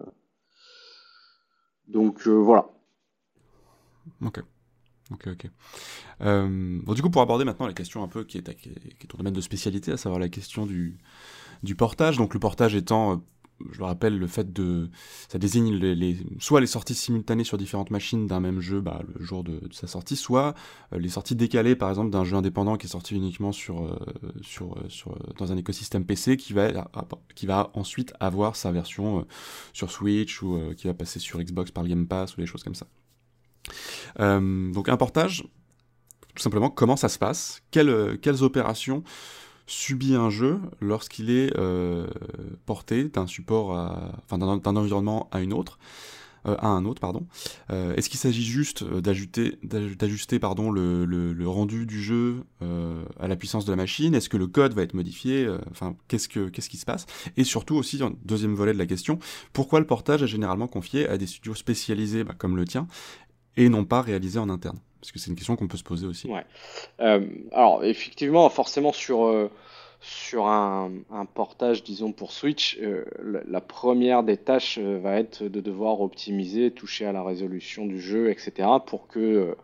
donc euh, voilà. Ok. Ok, ok. Euh, bon, du coup, pour aborder maintenant la question un peu qui est, ta- qui est, qui est ton domaine de spécialité, à savoir la question du, du portage. Donc, le portage étant, euh, je le rappelle, le fait de. Ça désigne les, les- soit les sorties simultanées sur différentes machines d'un même jeu bah, le jour de, de sa sortie, soit euh, les sorties décalées, par exemple, d'un jeu indépendant qui est sorti uniquement sur, euh, sur, euh, sur, euh, dans un écosystème P C qui va, ah, qui va ensuite avoir sa version euh, sur Switch ou euh, qui va passer sur Xbox par le Game Pass ou des choses comme ça. Euh, donc un portage, tout simplement, comment ça se passe, quelles, quelles opérations subit un jeu lorsqu'il est euh, porté d'un support, à, enfin d'un, d'un environnement à une autre, euh, à un autre, pardon. Euh, est-ce qu'il s'agit juste d'ajouter, d'ajuster, pardon, le, le, le rendu du jeu euh, à la puissance de la machine? Est-ce que le code va être modifié? Enfin, qu'est-ce que, qu'est-ce qui se passe? Et surtout aussi, deuxième volet de la question, pourquoi le portage est généralement confié à des studios spécialisés, bah, comme le tien, et non pas réalisé en interne? Parce que c'est une question qu'on peut se poser aussi. Ouais. Euh, alors, effectivement, forcément, sur, euh, sur un, un portage, disons, pour Switch, euh, la, la première des tâches euh, va être de devoir optimiser, toucher à la résolution du jeu, et cetera, pour que euh,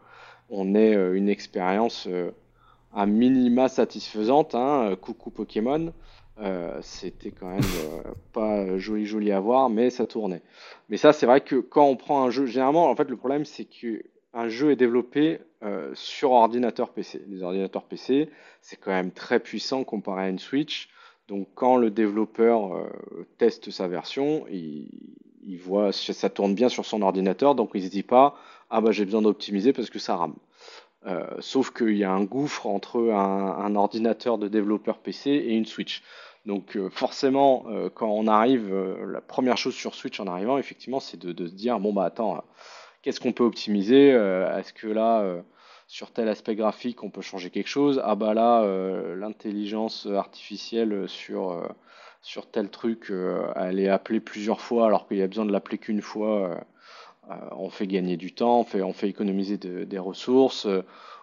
on ait euh, une expérience euh, à minima satisfaisante, hein. Coucou Pokémon, euh, c'était quand même euh, pas joli joli à voir, mais ça tournait. Mais ça, c'est vrai que quand on prend un jeu, généralement, en fait, le problème, c'est que un jeu est développé euh, sur ordinateur P C. Les ordinateurs P C, c'est quand même très puissant comparé à une Switch. Donc, quand le développeur euh, teste sa version, il, il voit si ça tourne bien sur son ordinateur, donc il se dit pas, ah bah j'ai besoin d'optimiser parce que ça rame. Euh, sauf qu'il y a un gouffre entre un, un ordinateur de développeur P C et une Switch. Donc euh, forcément, euh, quand on arrive, euh, la première chose sur Switch en arrivant, effectivement, c'est de, de se dire, bon bah attends, euh, qu'est-ce qu'on peut optimiser? Euh, Est-ce que là, euh, sur tel aspect graphique, on peut changer quelque chose? Ah bah là, euh, l'intelligence artificielle sur, euh, sur tel truc, euh, elle est appelée plusieurs fois alors qu'il y a besoin de l'appeler qu'une fois. euh, euh, on fait gagner du temps, on fait, on fait économiser de- des ressources, euh,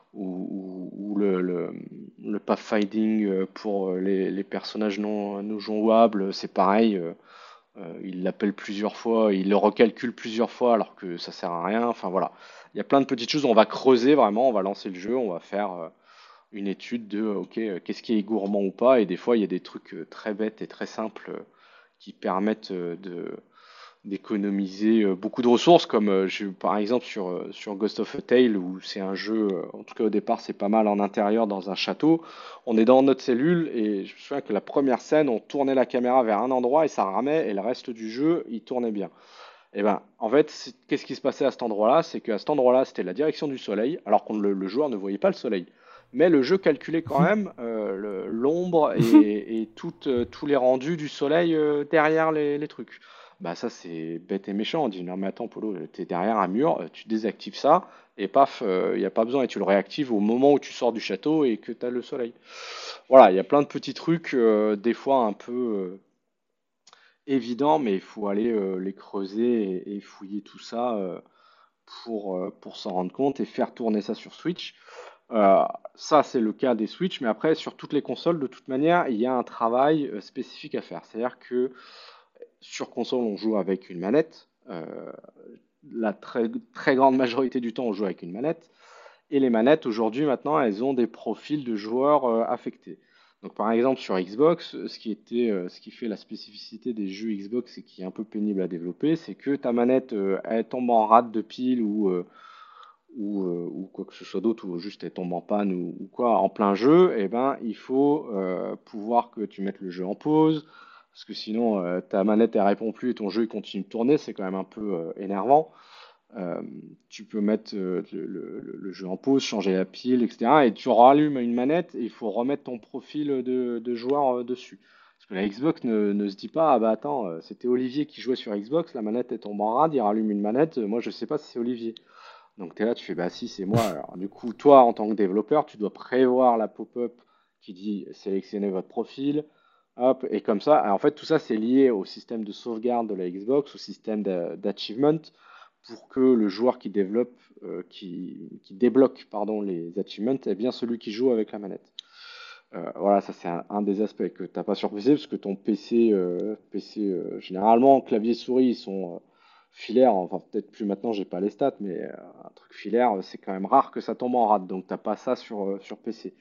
ou, ou- ou le, le, le pathfinding euh, pour euh, les, les personnages non, non jouables, c'est pareil, euh, euh, il l'appelle plusieurs fois, il le recalcule plusieurs fois alors que ça sert à rien. Enfin voilà, il y a plein de petites choses, on va creuser vraiment, on va lancer le jeu, on va faire euh, une étude de, euh, ok, euh, qu'est-ce qui est gourmand ou pas, et des fois il y a des trucs euh, très bêtes et très simples euh, qui permettent euh, de d'économiser euh, beaucoup de ressources, comme euh, je- par exemple sur, euh, sur Ghost of a Tale, où c'est un jeu, euh, en tout cas au départ, c'est pas mal en intérieur dans un château. On est dans notre cellule et je me souviens que la première scène, on tournait la caméra vers un endroit et ça ramait, et le reste du jeu, il tournait bien. Et ben, en fait, c'est- qu'est-ce qui se passait à cet endroit-là? C'est qu'à cet endroit-là, c'était la direction du soleil, alors que le, le joueur ne voyait pas le soleil. Mais le jeu calculait quand même euh, le- l'ombre et, et toutes, euh, tous les rendus du soleil euh, derrière les, les trucs. Bah ça c'est bête et méchant. On dit non mais attends Polo, t'es derrière un mur, euh, tu désactives ça et paf, il n'y a pas besoin et tu le réactives au moment où tu sors du château et que tu as le soleil. Voilà, il y a plein de petits trucs, euh, des fois un peu euh, évidents, mais il faut aller euh, les creuser et, et fouiller tout ça euh, pour, euh, pour s'en rendre compte et faire tourner ça sur Switch. Euh, Ça, c'est le cas des Switch, mais après, sur toutes les consoles, de toute manière, il y a un travail euh, spécifique à faire. C'est-à-dire que sur console, on joue avec une manette. Euh, la très, très grande majorité du temps, on joue avec une manette. Et les manettes, aujourd'hui, maintenant, elles ont des profils de joueurs euh, affectés. Donc, par exemple, sur Xbox, ce qui était, euh, ce qui fait la spécificité des jeux Xbox et qui est un peu pénible à développer, c'est que ta manette, euh, elle tombe en rate de pile ou, euh, ou, euh, ou quoi que ce soit d'autre, ou juste elle tombe en panne ou, ou quoi, en plein jeu, et ben, il faut euh, pouvoir que tu mettes le jeu en pause, parce que sinon, euh, ta manette, elle répond plus et ton jeu, il continue de tourner, c'est quand même un peu euh, énervant. Euh, Tu peux mettre euh, le, le- le jeu en pause, changer la pile, et cetera. Et tu rallumes une manette et il faut remettre ton profil de, de joueur euh, dessus. Parce que la Xbox ne, ne se dit pas, ah bah attends, euh, c'était Olivier qui jouait sur Xbox, la manette est tombée en rade, il rallume une manette, euh, moi je sais pas si c'est Olivier. Donc tu es là, tu fais, bah si, c'est moi. Alors du coup, toi, en tant que développeur, tu dois prévoir la pop-up qui dit sélectionnez votre profil. Hop, et comme ça, en fait, tout ça, c'est lié au système de sauvegarde de la Xbox, au système d'a- d'achievement, pour que le joueur qui développe, euh, qui, qui débloque, pardon, les achievements, est bien celui qui joue avec la manette. Euh, voilà, ça c'est un, un des aspects que t'as pas sur P C, parce que ton P C, euh, P C euh, généralement, clavier souris, ils sont euh, filaires, enfin peut-être plus maintenant, j'ai pas les stats, mais euh, un truc filaire, euh, c'est quand même rare que ça tombe en rate, donc t'as pas ça sur, euh, sur P C.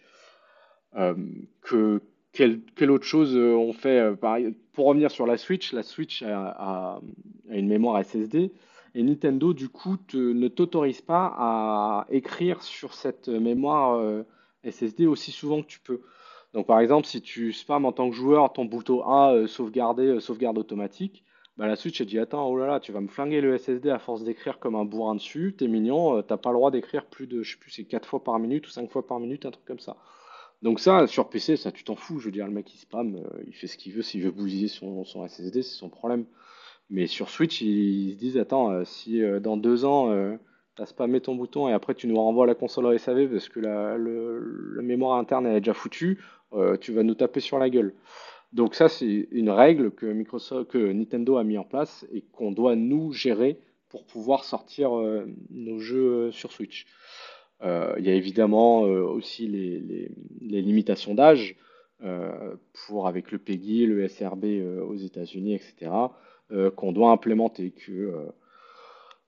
Euh, que, quelle, quelle autre chose euh, on fait euh, pareil, pour revenir sur la Switch, la Switch a, a- a une mémoire S S D et Nintendo du coup te- ne t'autorise pas à écrire sur cette mémoire euh, S S D aussi souvent que tu peux. Donc par exemple, si tu spams en tant que joueur ton bouton A euh, sauvegarder, euh, sauvegarde automatique, bah, la Switch elle dit attends, oh là là, tu vas me flinguer le S S D à force d'écrire comme un bourrin dessus, t'es mignon, euh, t'as pas le droit d'écrire plus de, je sais plus, c'est quatre fois par minute ou cinq fois par minute, un truc comme ça. Donc ça, sur P C, ça, tu t'en fous. Je veux dire, le mec, il spam, euh, il fait ce qu'il veut. S'il veut bousiller son, son S S D, c'est son problème. Mais sur Switch, ils, ils se disent, attends, euh, si euh, dans deux ans, euh, t'as spammé ton bouton et après tu nous renvoies la console au S A V parce que la, le, la mémoire interne elle est déjà foutue, euh, tu vas nous taper sur la gueule. Donc ça, c'est une règle que Microsoft, que Nintendo a mis en place et qu'on doit nous gérer pour pouvoir sortir euh, nos jeux euh, sur Switch. Euh, il y a évidemment euh, aussi les, les- les limitations d'âge euh, pour avec le PEGI, le S R B euh, aux États-Unis, et cetera euh, qu'on doit implémenter, que euh,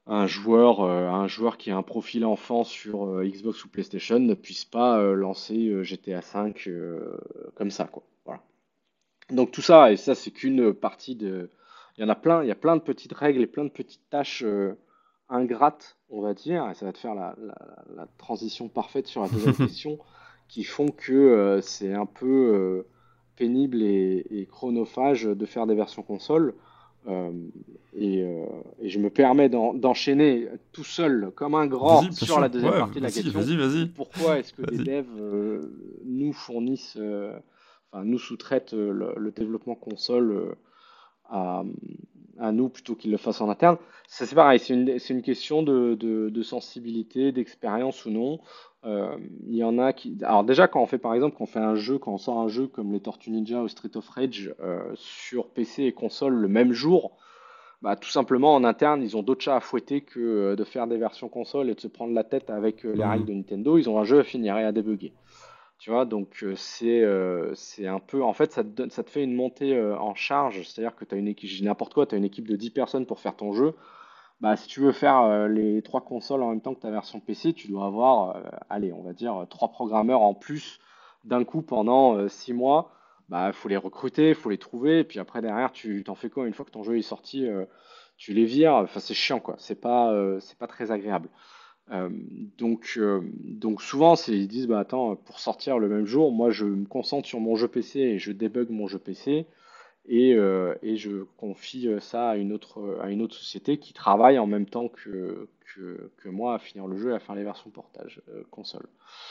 un joueur, euh, un joueur qui a un profil enfant sur euh, Xbox ou PlayStation ne puisse pas euh, lancer euh, G T A cinq euh, comme ça, quoi. Voilà. Donc tout ça, et ça c'est qu'une partie de... Il y en a plein, il y a plein de petites règles et plein de petites tâches euh, ingrates, on va dire, et ça va te faire la, la, la transition parfaite sur la deuxième question, qui font que euh, c'est un peu euh, pénible et, et chronophage de faire des versions console. Euh, et, euh, et je me permets d'en- d'enchaîner tout seul, comme un grand, Vas-y, bien sur sûr. la deuxième Ouais, partie de la vas-y, question. vas-y, vas-y. Pourquoi est-ce que des Vas-y. devs euh, nous fournissent, euh, enfin nous sous-traitent euh, le, le développement console euh, à, à nous plutôt qu'ils le fassent en interne? Ça, c'est pareil, c'est une, c'est une question de, de- de sensibilité, d'expérience ou non. Euh, Il y en a qui. Alors, déjà, quand on fait par exemple, quand on fait un jeu, quand on sort un jeu comme les Tortues Ninja ou Street of Rage euh, sur P C et console le même jour, bah, tout simplement en interne, ils ont d'autres chats à fouetter que euh, de faire des versions console et de se prendre la tête avec euh, les règles Mhm. de Nintendo. Ils ont un jeu à finir et à débugger. Tu vois, donc euh, c'est euh, c'est un peu. En fait, ça te donne, ça te fait une montée euh, en charge. C'est-à-dire que tu as une équipe, je dis n'importe quoi, tu as une équipe de dix personnes pour faire ton jeu. Bah, si tu veux faire euh, les trois consoles en même temps que ta version P C, tu dois avoir, euh, allez, on va dire, euh, trois programmeurs en plus d'un coup pendant euh, six mois. Bah, faut les recruter, faut les trouver, et puis après derrière, tu t'en fais quoi? Une fois que ton jeu est sorti, euh, tu les vires. Enfin, c'est chiant, quoi. C'est pas, euh, c'est pas très agréable. Euh, donc, euh, donc souvent, c'est, ils disent, bah attends, pour sortir le même jour, moi je me concentre sur mon jeu P C et je débug mon jeu P C et, euh, et je confie euh, ça à une autre, à une autre société qui travaille en même temps que, que, que moi à finir le jeu et à faire les versions portage euh, console.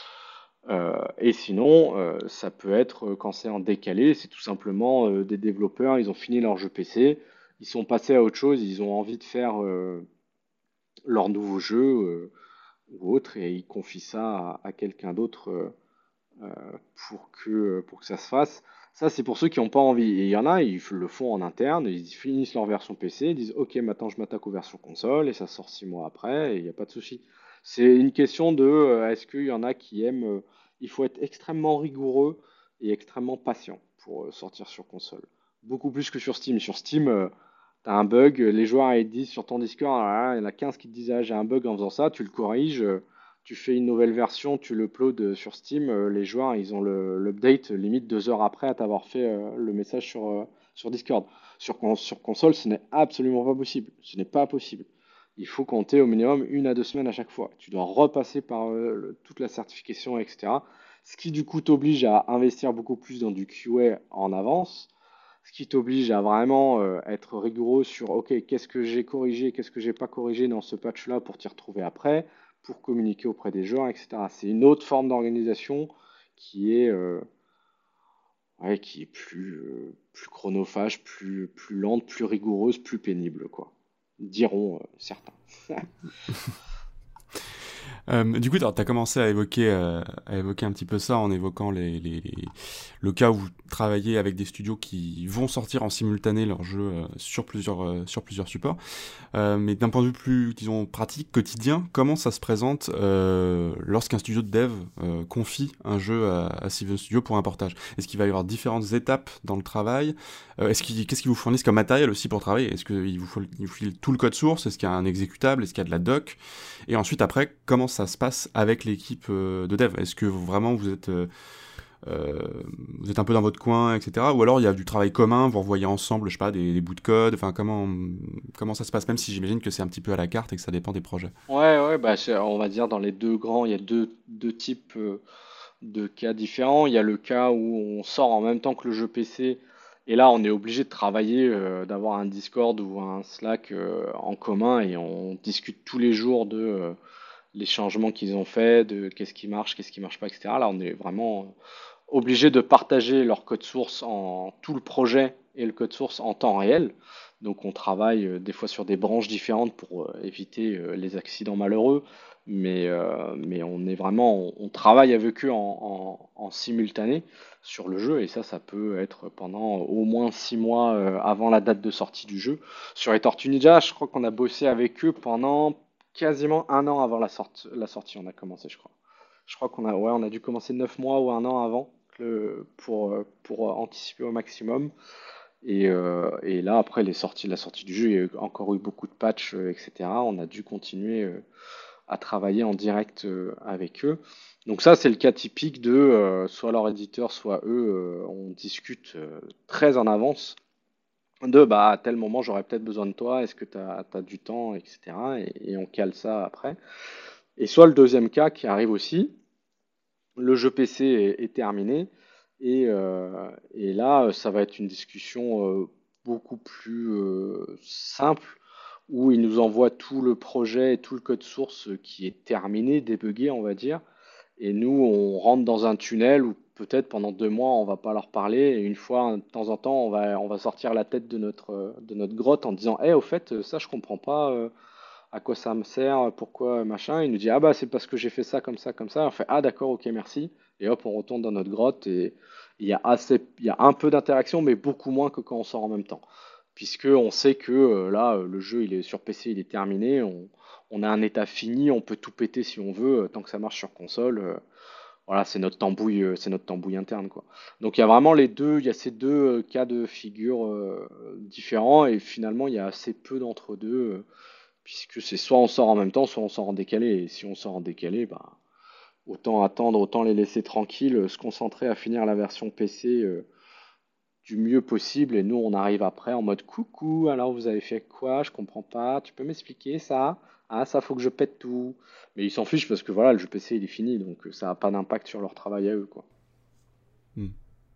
Euh, et sinon, euh, ça peut être euh, quand c'est en décalé, c'est tout simplement euh, des développeurs, ils ont fini leur jeu P C, ils sont passés à autre chose, ils ont envie de faire euh, leur nouveau jeu euh, ou autre, et ils confient ça à, à quelqu'un d'autre euh, euh, pour que, pour que ça se fasse. Ça, c'est pour ceux qui n'ont pas envie. Et il y en a, ils le font en interne, ils finissent leur version P C, ils disent ok, maintenant je m'attaque aux versions console, et ça sort six mois après, et il n'y a pas de souci. C'est une question de euh, est-ce qu'il y en a qui aiment. Euh, il faut être extrêmement rigoureux et extrêmement patient pour euh, sortir sur console. Beaucoup plus que sur Steam. Sur Steam, euh, t'as un bug, les joueurs ils te disent sur ton Discord, ah, il y en a quinze qui te disent ah, j'ai un bug en faisant ça, tu le corriges. euh, tu fais une nouvelle version, tu l'uploades sur Steam, euh, les joueurs ils ont le- l'update limite deux heures après à t'avoir fait euh, le message sur, euh, sur Discord. Sur, con- sur console, ce n'est absolument pas possible. Ce n'est pas possible. Il faut compter au minimum une à deux semaines à chaque fois. Tu dois repasser par euh, le- toute la certification, et cetera. Ce qui du coup t'oblige à investir beaucoup plus dans du Q A en avance. Ce qui t'oblige à vraiment euh, être rigoureux sur ok, qu'est-ce que j'ai corrigé, qu'est-ce que j'ai pas corrigé dans ce patch-là pour t'y retrouver après, pour communiquer auprès des joueurs, et cetera. C'est une autre forme d'organisation qui est, euh, ouais, qui est plus, euh, plus chronophage, plus, plus lente, plus rigoureuse, plus pénible, quoi. Diront euh, certains. Euh, du coup, tu as commencé à évoquer, euh, à évoquer un petit peu ça en évoquant les, les, les- le cas où vous travaillez avec des studios qui vont sortir en simultané leurs jeux euh, sur, plusieurs, euh, sur plusieurs supports. Euh, mais d'un point de vue plus, disons, pratique, quotidien, comment ça se présente euh, lorsqu'un studio de dev euh, confie un jeu à, à Steven Studio pour un portage? Est-ce qu'il va y avoir différentes étapes dans le travail? euh, est-ce qu'ils, Qu'est-ce qu'ils vous fournissent comme matériel aussi pour travailler? Est-ce qu'ils vous, fol- ils vous filent tout le code source? Est-ce qu'il y a un exécutable? Est-ce qu'il y a de la doc? Et ensuite, après, comment ça se passe avec l'équipe euh, de dev? Est-ce que vous- vraiment vous êtes, euh, euh, vous êtes un peu dans votre coin, et cetera. Ou alors il y a du travail commun, vous revoyez ensemble, je sais pas, des, des bouts de code, enfin comment, comment ça se passe, même si j'imagine que c'est un petit peu à la carte et que ça dépend des projets. Ouais, ouais, bah, c'est- on va dire dans les deux grands, il y a deux, deux types euh, de cas différents. Il y a le cas où on sort en même temps que le jeu P C, et là on est obligé de travailler, euh, d'avoir un Discord ou un Slack euh, en commun, et on discute tous les jours de euh, les changements qu'ils ont fait, de qu'est-ce qui marche, qu'est-ce qui marche pas, et cetera. Là on est vraiment obligés de partager leur code source en tout le projet et le code source en temps réel. Donc on travaille euh, des fois sur des branches différentes pour euh, éviter euh, les accidents malheureux, mais, euh, mais on est vraiment, on, on travaille avec eux en, en- en simultané sur le jeu, et ça, ça peut être pendant au moins six mois euh, avant la date de sortie du jeu. Sur les Tortues Ninja, je crois qu'on a bossé avec eux pendant quasiment un an avant la, sorte- la sortie, on a commencé, je crois. Je crois qu'on a, ouais, on a dû commencer neuf mois ou un an avant que le- pour, euh, pour euh, anticiper au maximum. Et, euh, et là, après les sorties, la sortie du jeu, il y a eu- encore eu beaucoup de patchs, euh, et cetera. On a dû continuer euh, à travailler en direct euh, avec eux. Donc ça, c'est le cas typique de euh, soit leur éditeur, soit eux, euh, on discute euh, très en avance de bah à tel moment j'aurais peut-être besoin de toi, est-ce que tu as, du temps, et cetera. Et, et on cale ça après. Et soit le deuxième cas qui arrive aussi, le jeu P C est, est terminé et, euh, et là ça va être une discussion euh, beaucoup plus euh, simple où il nous envoie tout le projet et tout le code source qui est terminé, débugué on va dire, et nous on rentre dans un tunnel où peut-être pendant deux mois on va pas leur parler et une fois de temps en temps on va, on va sortir la tête de notre, de notre grotte en disant hey, au fait ça je comprends pas, euh, à quoi ça me sert, pourquoi machin. Il nous dit ah bah c'est parce que j'ai fait ça comme ça comme ça. On fait ah d'accord ok merci et hop on retourne dans notre grotte et il y a assez, il y a un peu d'interaction mais beaucoup moins que quand on sort en même temps puisque on sait que euh, là euh, le jeu il est sur P C il est terminé, on, on a un état fini, on peut tout péter si on veut euh, tant que ça marche sur console. euh, voilà, c'est notre tambouille, euh, c'est notre tambouille interne quoi. Donc il y a vraiment les deux, il y a ces deux euh, cas de figure euh, différents et finalement il y a assez peu d'entre deux. euh, puisque c'est soit on sort en même temps, soit on sort en décalé. Et si on sort en décalé, bah, autant attendre, autant les laisser tranquilles, euh, se concentrer à finir la version P C euh, du mieux possible. Et nous, on arrive après en mode coucou, alors vous avez fait quoi? Je comprends pas, tu peux m'expliquer ça? Ah, ça faut que je pète tout. Mais ils s'en fichent parce que voilà, le jeu P C il est fini, donc euh, ça n'a pas d'impact sur leur travail à eux, quoi. Hmm.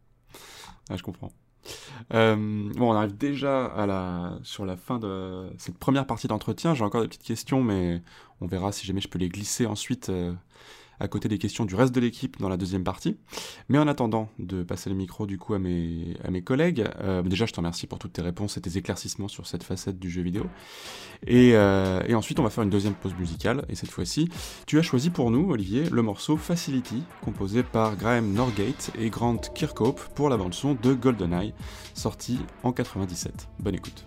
Ah, je comprends. Euh, bon, on arrive déjà à la, sur la fin de cette première partie d'entretien. J'ai encore des petites questions, mais on verra si jamais je peux les glisser ensuite euh, à côté des questions du reste de l'équipe dans la deuxième partie. Mais en attendant de passer le micro du coup à mes, à mes collègues, euh, déjà je te remercie pour toutes tes réponses et tes éclaircissements sur cette facette du jeu vidéo. Et, euh, et ensuite on va faire une deuxième pause musicale, et cette fois-ci, tu as choisi pour nous, Olivier, le morceau Facility, composé par Graham Norgate et Grant Kirkhope pour la bande-son de GoldenEye, sorti en quatre-vingt-dix-sept. Bonne écoute.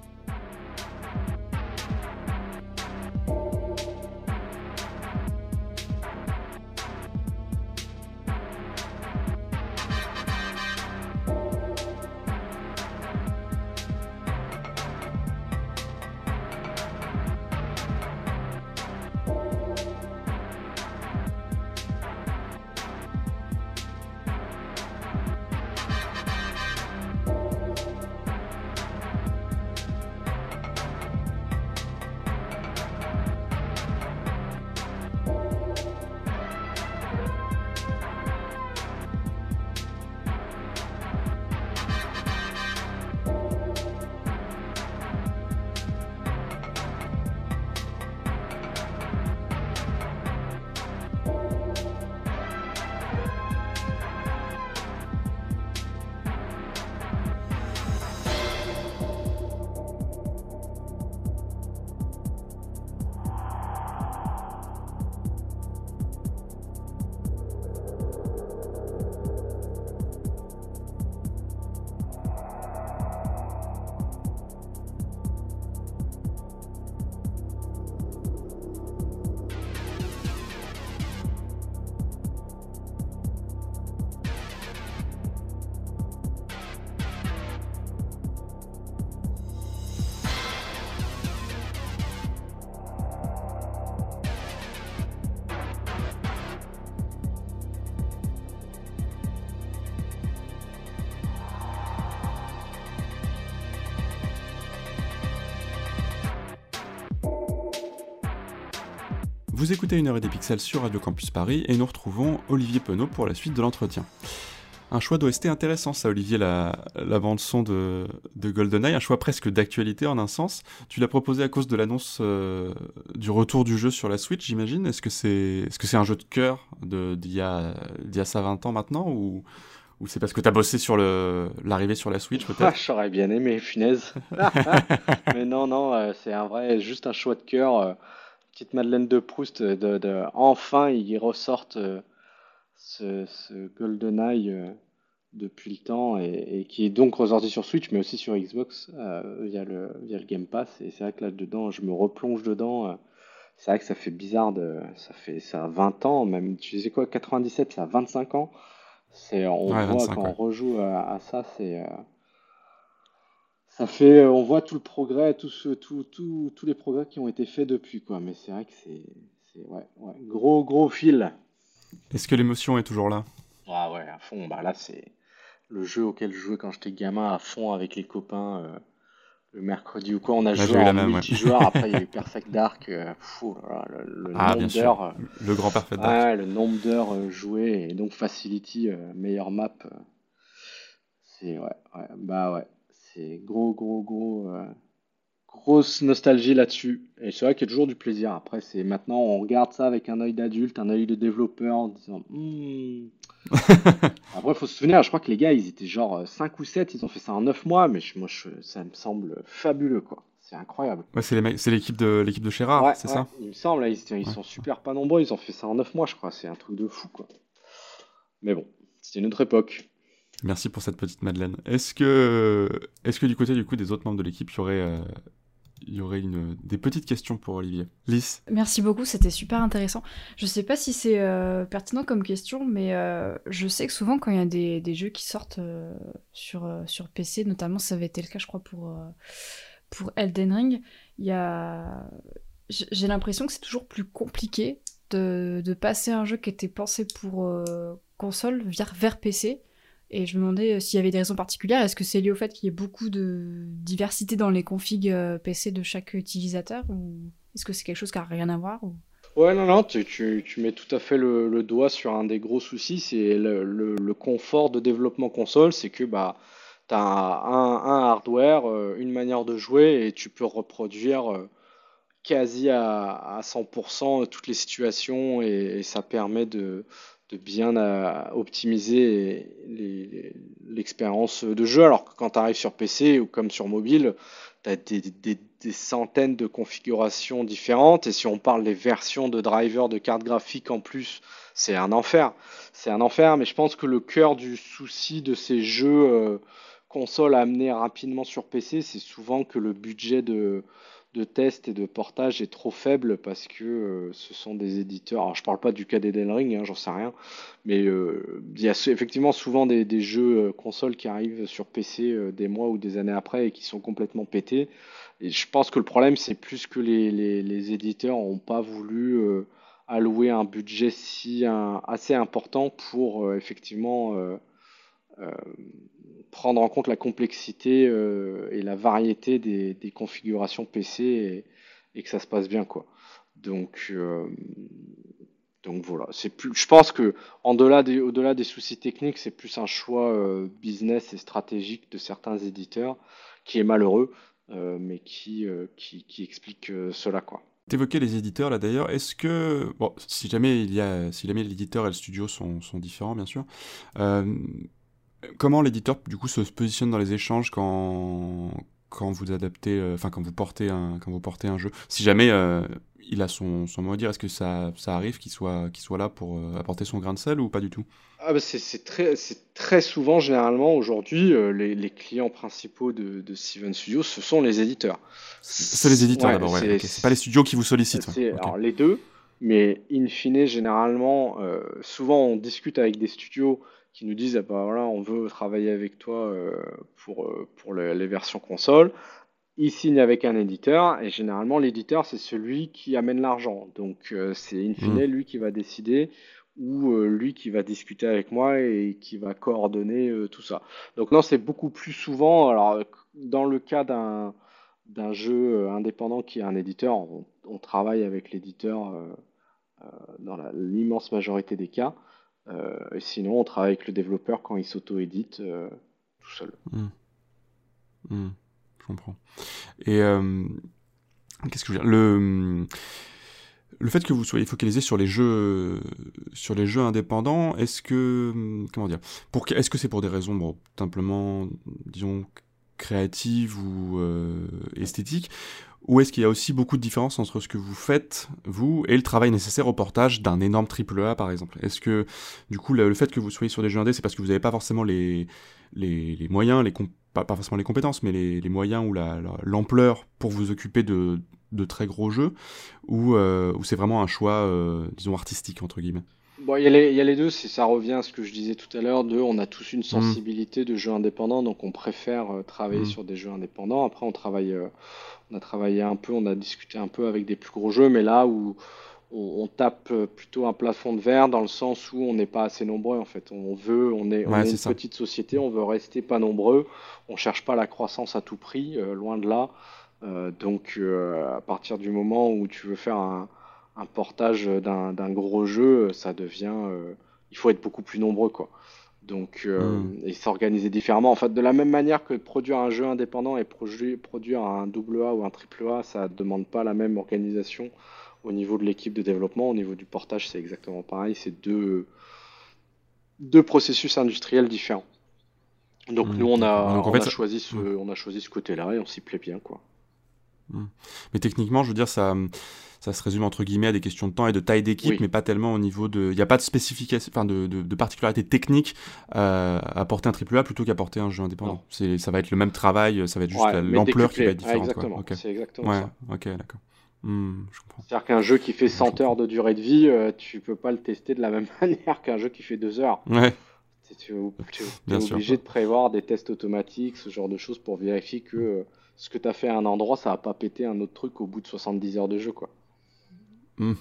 Vous écoutez une heure et des pixels sur Radio Campus Paris et nous retrouvons Olivier Penaud pour la suite de l'entretien. Un choix d'O S T intéressant ça Olivier, la, la bande-son de, de GoldenEye, un choix presque d'actualité en un sens. Tu l'as proposé à cause de l'annonce euh, du retour du jeu sur la Switch, j'imagine. Est-ce que c'est, est-ce que c'est un jeu de cœur de, d'il y a, d'il y a ça vingt ans maintenant ou, ou c'est parce que tu as bossé sur le, l'arrivée sur la Switch peut-être? Ah, j'aurais bien aimé, punaise. Mais non, non, euh, c'est un vrai, juste un choix de cœur. euh, Petite Madeleine de Proust, de, de- enfin ils ressortent euh, ce, ce GoldenEye euh, depuis le temps et, et qui est donc ressorti sur Switch mais aussi sur Xbox euh, via le, via le Game Pass. Et c'est vrai que là dedans, je me replonge dedans. euh, c'est vrai que ça fait bizarre, de, ça fait ça a vingt ans, même tu disais quoi, quatre-vingt-dix-sept, ça a vingt-cinq ans. C'est, on Ouais, voit vingt-cinq, quand on ouais. rejoue à, à ça, c'est, euh, ça fait, on voit tout le progrès, tout ce, tout, tout, tous les progrès qui ont été faits depuis, quoi. Mais c'est vrai que c'est, c'est ouais, ouais, gros, gros fil. Est-ce que l'émotion est toujours là? Ah ouais, à fond. Bah là, c'est le jeu auquel je jouais quand j'étais gamin à fond avec les copains. Euh, le mercredi ou quoi, on a Là, joué en même, multijoueur. ouais. Après, il y a eu Perfect Dark. Euh, fou, là, le, le ah, nombre bien d'heures. sûr. Le grand Perfect ouais, Dark. le nombre d'heures euh, jouées et donc Facility, euh, meilleure map. Euh, c'est ouais, ouais, bah ouais, c'est gros, gros, gros. Euh, grosse nostalgie là-dessus. Et c'est vrai qu'il y a toujours du plaisir. Après, c'est maintenant, on regarde ça avec un œil d'adulte, un œil de développeur, en disant. Hmm. Après, il faut se souvenir, je crois que les gars, ils étaient genre cinq ou sept, ils ont fait ça en neuf mois, mais je, moi, je, ça me semble fabuleux, quoi. C'est incroyable. Ouais, c'est, les mecs, c'est l'équipe de, l'équipe de Gérard, ouais, c'est ouais, ça? Il me semble, là, ils, ils ouais. sont super pas nombreux, ils ont fait ça en neuf mois, je crois. C'est un truc de fou, quoi. Mais bon, c'était une autre époque. Merci pour cette petite Madeleine. Est-ce que, est-ce que du côté du coup des autres membres de l'équipe, il y aurait, euh, il y aurait une, des petites questions pour Olivier? Lys? Merci beaucoup, c'était super intéressant. Je sais pas si c'est euh, pertinent comme question, mais euh, je sais que souvent quand il y a des, des jeux qui sortent euh, sur, euh, sur P C, notamment ça avait été le cas je crois pour, euh, pour Elden Ring, il y a... j'ai l'impression que c'est toujours plus compliqué de, de passer un jeu qui était pensé pour euh, console vers, vers P C. Et je me demandais s'il y avait des raisons particulières. Est-ce que c'est lié au fait qu'il y ait beaucoup de diversité dans les configs P C de chaque utilisateur, ou est-ce que c'est quelque chose qui n'a rien à voir ou... Ouais, non, non, tu, tu, tu mets tout à fait le, le doigt sur un des gros soucis, c'est le, le, le confort de développement console, c'est que bah, tu as un, un hardware, une manière de jouer, et tu peux reproduire quasi à, à cent pour cent toutes les situations, et, et ça permet de... de bien à optimiser les, les, l'expérience de jeu, alors que quand tu arrives sur P C ou comme sur mobile, tu as des, des, des centaines de configurations différentes, et si on parle des versions de drivers de cartes graphiques en plus, c'est un enfer. C'est un enfer, mais je pense que le cœur du souci de ces jeux euh, consoles amenés rapidement sur P C, c'est souvent que le budget de de test et de portage est trop faible parce que euh, ce sont des éditeurs. Alors je parle pas du cas d'Elden Ring, hein, j'en sais rien, mais euh, il y a effectivement souvent des, des jeux euh, consoles qui arrivent sur P C euh, des mois ou des années après et qui sont complètement pétés. Et je pense que le problème c'est plus que les, les, les éditeurs n'ont pas voulu euh, allouer un budget si un, assez important pour euh, effectivement euh, euh, prendre en compte la complexité euh, et la variété des, des configurations P C et, et que ça se passe bien, quoi. Donc, euh, donc voilà. C'est plus, je pense que en delà des, au-delà des soucis techniques, c'est plus un choix euh, business et stratégique de certains éditeurs qui est malheureux, euh, mais qui, euh, qui, qui explique euh, cela, quoi. T'évoquais les éditeurs là d'ailleurs. Est-ce que bon, si jamais il y a, si jamais l'éditeur et le studio sont, sont différents, bien sûr. Euh, Comment l'éditeur du coup se positionne dans les échanges quand, quand vous adaptez, enfin euh, quand vous portez un, quand vous portez un jeu? Si jamais euh, il a son, son mot à dire, est-ce que ça, ça arrive qu'il soit, qu'il soit là pour euh, apporter son grain de sel ou pas du tout? Ah bah c'est, c'est très, c'est très souvent, généralement, aujourd'hui, euh, les, les clients principaux de, de Steven Studios, ce sont les éditeurs. C'est les éditeurs ouais, d'abord, ouais. C'est, Okay. C'est pas les studios qui vous sollicitent. C'est, ouais. Alors okay. les deux, mais in fine, généralement, euh, souvent on discute avec des studios qui nous disent ah bah voilà, on veut travailler avec toi euh, pour, euh, pour le, les versions console. Ils signent avec un éditeur et généralement l'éditeur c'est celui qui amène l'argent. Donc euh, c'est in fine mmh. lui qui va décider ou euh, lui qui va discuter avec moi et qui va coordonner euh, tout ça. Donc non, c'est beaucoup plus souvent. Alors dans le cas d'un, d'un jeu indépendant qui est un éditeur, on, on travaille avec l'éditeur euh, euh, dans la, l'immense majorité des cas. Euh, et sinon, on travaille avec le développeur quand il s'auto-édite euh, tout seul. Mmh. Mmh. Je comprends. Et euh, qu'est-ce que je veux dire le, le fait que vous soyez focalisé sur les jeux, sur les jeux indépendants, est-ce que comment dire pour, est-ce que c'est pour des raisons bon, simplement, disons, créatives ou euh, esthétiques? Ou est-ce qu'il y a aussi beaucoup de différences entre ce que vous faites, vous, et le travail nécessaire au portage d'un énorme triple A, par exemple? Est-ce que, du coup, le, le fait que vous soyez sur des jeux indés, c'est parce que vous n'avez pas forcément les, les, les moyens, les, comp- pas, pas forcément les compétences, mais les, les moyens ou la, la, l'ampleur pour vous occuper de, de très gros jeux, ou, euh, ou c'est vraiment un choix, euh, disons, artistique, entre guillemets? Bon, il y a les, il y a les deux, c'est, ça revient à ce que je disais tout à l'heure, de on a tous une sensibilité mmh. de jeux indépendants, donc on préfère euh, travailler mmh. sur des jeux indépendants. Après, on travaille, euh, on a travaillé un peu, on a discuté un peu avec des plus gros jeux, mais là où on, on tape plutôt un plafond de verre, dans le sens où on n'est pas assez nombreux, en fait. On veut, on est, on ouais, est c'est une ça. petite société, on veut rester pas nombreux, on cherche pas la croissance à tout prix, euh, loin de là. Euh, donc, euh, à partir du moment où tu veux faire un un portage d'un, d'un gros jeu, ça devient... Euh, il faut être beaucoup plus nombreux, quoi. Donc, euh, mm. et s'organiser différemment. En fait, de la même manière que produire un jeu indépendant et produ- produire un double A ou un triple A, ça ne demande pas la même organisation au niveau de l'équipe de développement. Au niveau du portage, c'est exactement pareil. C'est deux, deux processus industriels différents. Donc, mm. nous, on a, Donc, en on, fait, a ça... choisi ce, mm. on a choisi ce côté-là et on s'y plaît bien, quoi. Mm. Mais techniquement, je veux dire, ça... ça se résume entre guillemets à des questions de temps et de taille d'équipe, oui. mais pas tellement au niveau de... Il n'y a pas de spécification, enfin de, de, de particularité technique euh, à porter un triple A plutôt qu'à porter un jeu indépendant. C'est, ça va être le même travail, ça va être juste ouais, la, l'ampleur qui va être différente. Ah, exactement, okay. c'est exactement ouais, ça. Ok, d'accord. Mmh, je comprends. C'est-à-dire qu'un jeu qui fait cent heures de durée de vie, euh, tu peux pas le tester de la même manière qu'un jeu qui fait deux heures. Ouais. Tu es obligé de prévoir des tests automatiques, ce genre de choses pour vérifier que euh, ce que tu as fait à un endroit, ça va pas péter un autre truc au bout de soixante-dix heures de jeu, quoi. Mmh.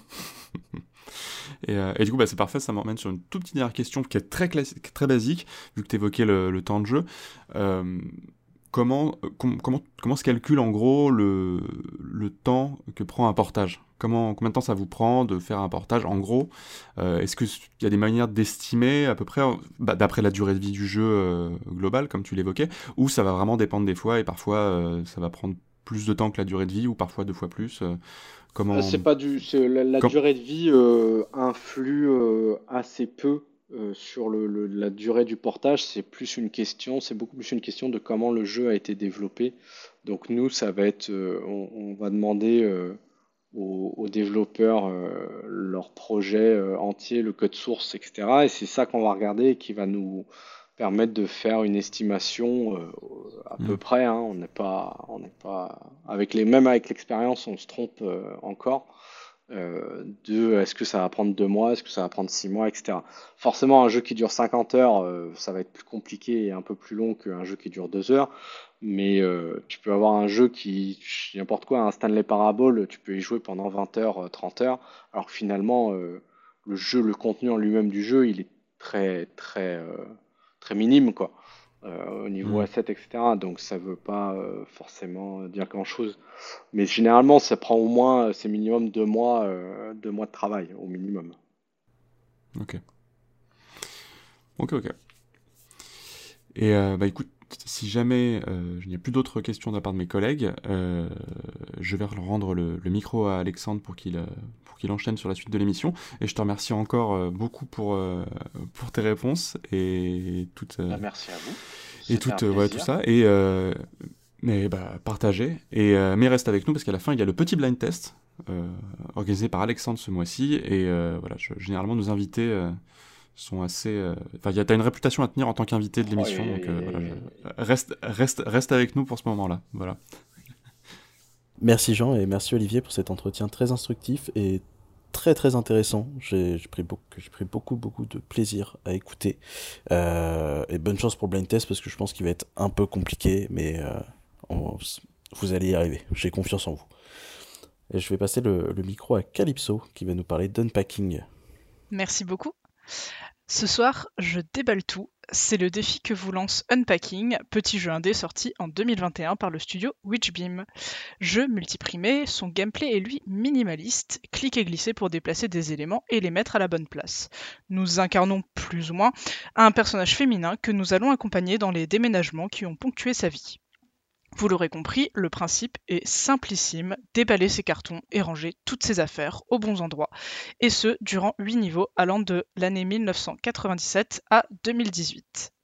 et, euh, et du coup, bah, c'est parfait, ça m'emmène sur une toute petite dernière question qui est très, classique, très basique, vu que tu évoquais le, le temps de jeu. Euh, comment, com- comment, comment se calcule en gros le, le temps que prend un portage ? Comment, combien de temps ça vous prend de faire un portage en gros ? euh, Est-ce qu'il y a des manières d'estimer à peu près, bah, d'après la durée de vie du jeu euh, global, comme tu l'évoquais, ou ça va vraiment dépendre des fois et parfois euh, ça va prendre plus de temps que la durée de vie ou parfois deux fois plus euh, Comment... C'est pas du, c'est la, la Comme... durée de vie euh, influe euh, assez peu euh, sur le, le, la durée du portage. C'est plus une question, c'est beaucoup plus une question de comment le jeu a été développé. Donc nous, ça va être, euh, on, on va demander euh, aux, aux développeurs euh, leur projet euh, entier, le code source, et cetera. Et c'est ça qu'on va regarder et qui va nous permettre de faire une estimation euh, à mmh. peu près. Hein, on n'est pas, on n'est pas avec les, même avec l'expérience, on se trompe euh, encore. Euh, de est-ce que ça va prendre deux mois, est-ce que ça va prendre six mois, et cetera. Forcément, un jeu qui dure cinquante heures, euh, ça va être plus compliqué et un peu plus long qu'un jeu qui dure deux heures. Mais euh, tu peux avoir un jeu qui, n'importe quoi, un Stanley Parable, tu peux y jouer pendant vingt heures, trente heures, alors que finalement, euh, le jeu, le contenu en lui-même du jeu, il est très, très euh, très minime, quoi, euh, au niveau mmh. asset, et cetera. Donc ça veut pas euh, forcément dire grand-chose. Mais généralement, ça prend au moins, c'est minimum deux mois, euh, deux mois de travail, au minimum. Ok. Ok, ok. Et euh, bah écoute, si jamais euh, il n'y a plus d'autres questions de la part de mes collègues, euh, je vais rendre le, le micro à Alexandre pour qu'il, euh, pour qu'il enchaîne sur la suite de l'émission. Et je te remercie encore euh, beaucoup pour, euh, pour tes réponses et toutes. Euh, bah, merci à vous. Et tout, euh, ouais, tout ça. Et euh, mais bah, partagez. Et euh, mais reste avec nous parce qu'à la fin il y a le petit blind test euh, organisé par Alexandre ce mois-ci. Et euh, voilà, je, généralement nos invités. Euh, sont assez... Enfin, euh... t'as une réputation à tenir en tant qu'invité de l'émission, oh, et... donc euh, voilà, je... reste, reste, reste avec nous pour ce moment-là. Voilà. Merci Jean et merci Olivier pour cet entretien très instructif et très très intéressant. J'ai, j'ai, pris, beaucoup, j'ai pris beaucoup beaucoup de plaisir à écouter. Euh, et bonne chance pour le blind test parce que je pense qu'il va être un peu compliqué, mais euh, on... vous allez y arriver. J'ai confiance en vous. Et je vais passer le, le micro à Calypso qui va nous parler d'unpacking. Merci beaucoup. Ce soir, je déballe tout. C'est le défi que vous lance Unpacking, petit jeu indé sorti en deux mille vingt et un par le studio Witchbeam. Jeu multiprimé, son gameplay est lui minimaliste, clic et glisser pour déplacer des éléments et les mettre à la bonne place. Nous incarnons plus ou moins un personnage féminin que nous allons accompagner dans les déménagements qui ont ponctué sa vie. Vous l'aurez compris, le principe est simplissime, déballer ses cartons et ranger toutes ses affaires aux bons endroits, et ce, durant huit niveaux allant de l'année mille neuf cent quatre-vingt-dix-sept à deux mille dix-huit.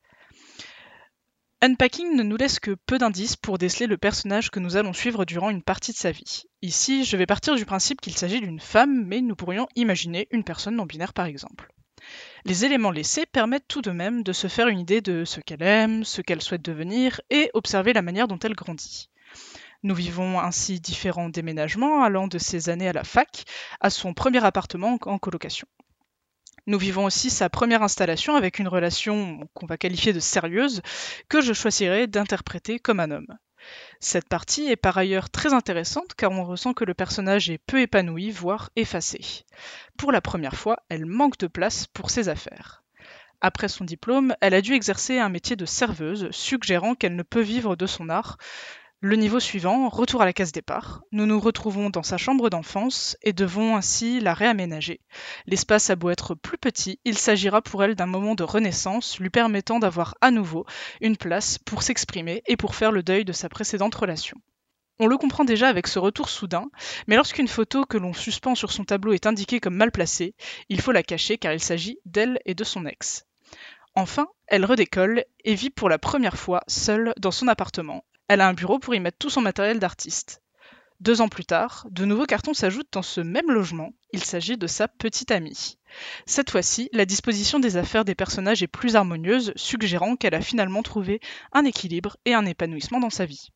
Unpacking ne nous laisse que peu d'indices pour déceler le personnage que nous allons suivre durant une partie de sa vie. Ici, je vais partir du principe qu'il s'agit d'une femme, mais nous pourrions imaginer une personne non-binaire par exemple. Les éléments laissés permettent tout de même de se faire une idée de ce qu'elle aime, ce qu'elle souhaite devenir et observer la manière dont elle grandit. Nous vivons ainsi différents déménagements allant de ses années à la fac à son premier appartement en colocation. Nous vivons aussi sa première installation avec une relation qu'on va qualifier de sérieuse, que je choisirais d'interpréter comme un homme. Cette partie est par ailleurs très intéressante car on ressent que le personnage est peu épanoui, voire effacé. Pour la première fois, elle manque de place pour ses affaires. Après son diplôme, elle a dû exercer un métier de serveuse, suggérant qu'elle ne peut vivre de son art. Le niveau suivant, retour à la case départ. Nous nous retrouvons dans sa chambre d'enfance et devons ainsi la réaménager. L'espace a beau être plus petit, il s'agira pour elle d'un moment de renaissance, lui permettant d'avoir à nouveau une place pour s'exprimer et pour faire le deuil de sa précédente relation. On le comprend déjà avec ce retour soudain, mais lorsqu'une photo que l'on suspend sur son tableau est indiquée comme mal placée, il faut la cacher car il s'agit d'elle et de son ex. Enfin, elle redécolle et vit pour la première fois seule dans son appartement. Elle a un bureau pour y mettre tout son matériel d'artiste. Deux ans plus tard, de nouveaux cartons s'ajoutent dans ce même logement. Il s'agit de sa petite amie. Cette fois-ci, la disposition des affaires des personnages est plus harmonieuse, suggérant qu'elle a finalement trouvé un équilibre et un épanouissement dans sa vie.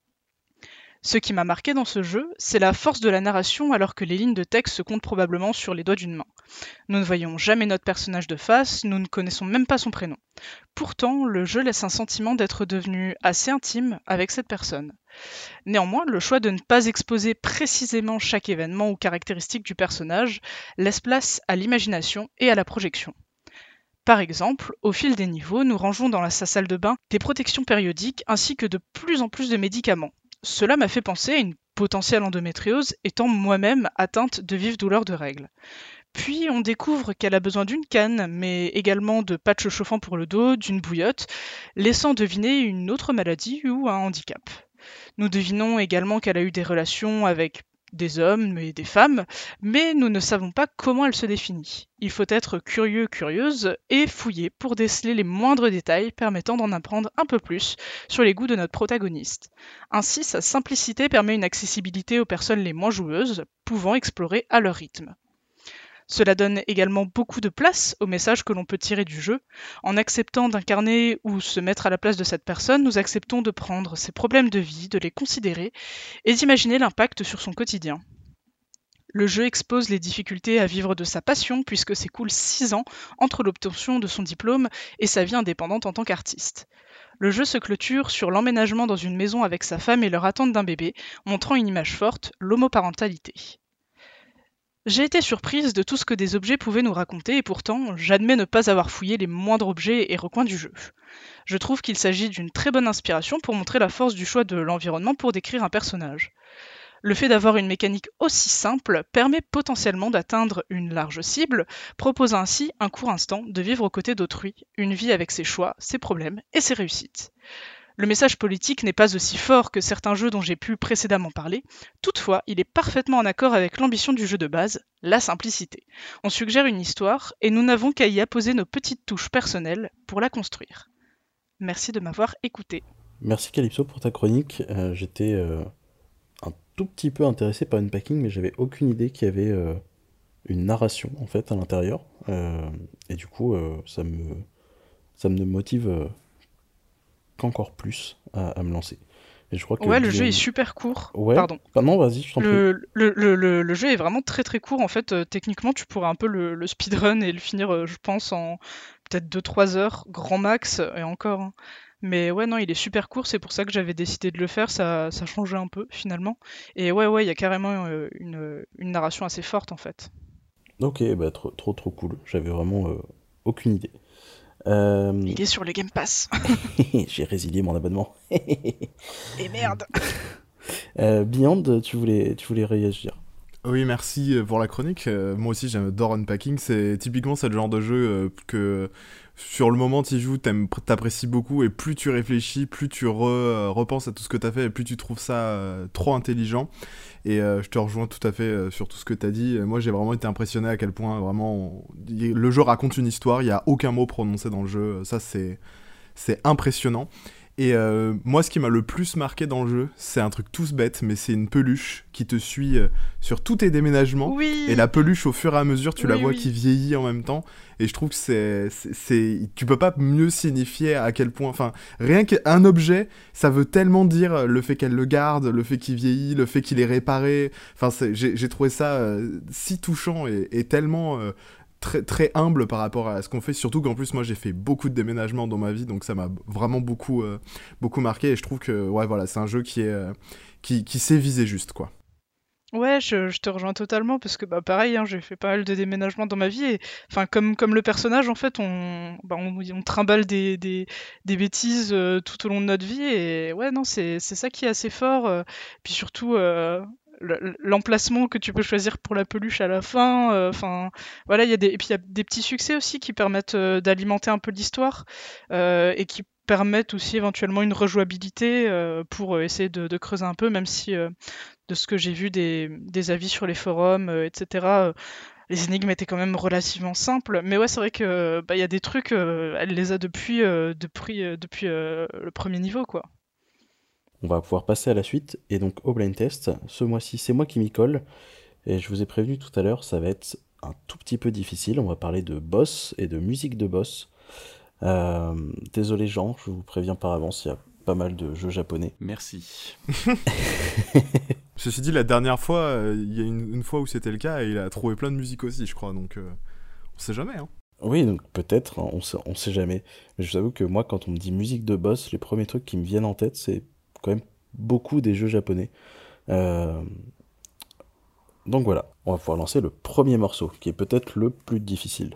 Ce qui m'a marqué dans ce jeu, c'est la force de la narration alors que les lignes de texte se comptent probablement sur les doigts d'une main. Nous ne voyons jamais notre personnage de face, nous ne connaissons même pas son prénom. Pourtant, le jeu laisse un sentiment d'être devenu assez intime avec cette personne. Néanmoins, le choix de ne pas exposer précisément chaque événement ou caractéristique du personnage laisse place à l'imagination et à la projection. Par exemple, au fil des niveaux, nous rangeons dans la, sa salle de bain des protections périodiques ainsi que de plus en plus de médicaments. Cela m'a fait penser à une potentielle endométriose, étant moi-même atteinte de vives douleurs de règles. Puis on découvre qu'elle a besoin d'une canne, mais également de patchs chauffants pour le dos, d'une bouillotte, laissant deviner une autre maladie ou un handicap. Nous devinons également qu'elle a eu des relations avec des hommes et des femmes, mais nous ne savons pas comment elle se définit. Il faut être curieux, curieuse et fouiller pour déceler les moindres détails permettant d'en apprendre un peu plus sur les goûts de notre protagoniste. Ainsi, sa simplicité permet une accessibilité aux personnes les moins joueuses, pouvant explorer à leur rythme. Cela donne également beaucoup de place au message que l'on peut tirer du jeu. En acceptant d'incarner ou se mettre à la place de cette personne, nous acceptons de prendre ses problèmes de vie, de les considérer et d'imaginer l'impact sur son quotidien. Le jeu expose les difficultés à vivre de sa passion puisque s'écoulent six ans entre l'obtention de son diplôme et sa vie indépendante en tant qu'artiste. Le jeu se clôture sur l'emménagement dans une maison avec sa femme et leur attente d'un bébé, montrant une image forte, l'homoparentalité. J'ai été surprise de tout ce que des objets pouvaient nous raconter et pourtant, j'admets ne pas avoir fouillé les moindres objets et recoins du jeu. Je trouve qu'il s'agit d'une très bonne inspiration pour montrer la force du choix de l'environnement pour décrire un personnage. Le fait d'avoir une mécanique aussi simple permet potentiellement d'atteindre une large cible, proposant ainsi un court instant de vivre aux côtés d'autrui, une vie avec ses choix, ses problèmes et ses réussites. Le message politique n'est pas aussi fort que certains jeux dont j'ai pu précédemment parler, toutefois il est parfaitement en accord avec l'ambition du jeu de base, la simplicité. On suggère une histoire et nous n'avons qu'à y apposer nos petites touches personnelles pour la construire. Merci de m'avoir écouté. Merci Calypso pour ta chronique, euh, j'étais euh, un tout petit peu intéressé par Unpacking mais j'avais aucune idée qu'il y avait euh, une narration en fait à l'intérieur, euh, et du coup euh, ça me, ça me motive... Euh, qu'encore plus à, à me lancer. Et je crois que ouais, le Beyond... jeu est super court. Ouais. Pardon. Ah non, vas-y, je t'en prie. Le, le, le, le, le jeu est vraiment très très court. En fait, euh, techniquement, tu pourrais un peu le, le speedrun et le finir, euh, je pense, en peut-être deux trois heures, grand max, et encore. Hein. Mais ouais, non, il est super court. C'est pour ça que j'avais décidé de le faire. Ça, ça changeait un peu, finalement. Et ouais, ouais, il y a carrément euh, une, une narration assez forte, en fait. Ok, bah trop trop, trop cool. J'avais vraiment euh, aucune idée. Euh... Il est sur le Game Pass. J'ai résilié mon abonnement. Et merde. euh, Beyond, tu voulais, tu voulais réagir. Oui, merci pour la chronique. Euh, moi aussi, j'adore Unpacking. C'est typiquement c'est le genre de jeu euh, que sur le moment tu y joues, t'apprécies beaucoup et plus tu réfléchis, plus tu re, euh, repenses à tout ce que t'as fait et plus tu trouves ça euh, trop intelligent. Et euh, je te rejoins tout à fait euh, sur tout ce que t'as dit. Moi, j'ai vraiment été impressionné à quel point vraiment on... le jeu raconte une histoire. Il y a aucun mot prononcé dans le jeu. Ça, c'est c'est impressionnant. Et euh, moi, ce qui m'a le plus marqué dans le jeu, c'est un truc tous bête, mais c'est une peluche qui te suit euh, sur tous tes déménagements. Oui. Et la peluche, au fur et à mesure, tu oui, la vois oui. qui vieillit en même temps. Et je trouve que c'est, c'est, c'est... Tu peux pas mieux signifier à quel point... Enfin, rien qu'un objet, ça veut tellement dire le fait qu'elle le garde, le fait qu'il vieillit, le fait qu'il est réparé. Enfin, c'est... J'ai, j'ai trouvé ça euh, si touchant et, et tellement... Euh, Très, très humble par rapport à ce qu'on fait, surtout qu'en plus moi j'ai fait beaucoup de déménagements dans ma vie, donc ça m'a vraiment beaucoup, euh, beaucoup marqué, et je trouve que ouais, voilà, c'est un jeu qui, est, euh, qui, qui sait viser juste, quoi. Ouais, je, je te rejoins totalement parce que bah pareil, hein, j'ai fait pas mal de déménagements dans ma vie et enfin comme comme le personnage en fait, on bah, on, on trimballe des, des, des bêtises euh, tout au long de notre vie et ouais non c'est c'est ça qui est assez fort. Euh, puis surtout euh, le- l'emplacement que tu peux choisir pour la peluche à la fin. Enfin voilà, il y a des et puis il y a des petits succès aussi qui permettent euh, d'alimenter un peu l'histoire euh, et qui permettent aussi éventuellement une rejouabilité euh, pour euh, essayer de, de creuser un peu, même si euh, de ce que j'ai vu des, des avis sur les forums, euh, et cetera, euh, les énigmes étaient quand même relativement simples. Mais ouais, c'est vrai que bah, il y a des trucs, euh, elle les a depuis, euh, depuis, euh, depuis euh, le premier niveau, quoi. On va pouvoir passer à la suite, et donc au blind test, ce mois-ci c'est moi qui m'y colle, et je vous ai prévenu tout à l'heure, ça va être un tout petit peu difficile, on va parler de boss et de musique de boss. Euh, désolé Jean, je vous préviens par avance, il y a pas mal de jeux japonais. Merci. Ceci dit, la dernière fois, il euh, y a une, une fois où c'était le cas, et il a trouvé plein de musique aussi, je crois, donc euh, on sait jamais, hein. Oui, donc peut-être, hein, on sait, on sait jamais. Mais je vous avoue que moi, quand on me dit musique de boss, les premiers trucs qui me viennent en tête, c'est quand même beaucoup des jeux japonais. Euh... Donc voilà, on va pouvoir lancer le premier morceau, qui est peut-être le plus difficile.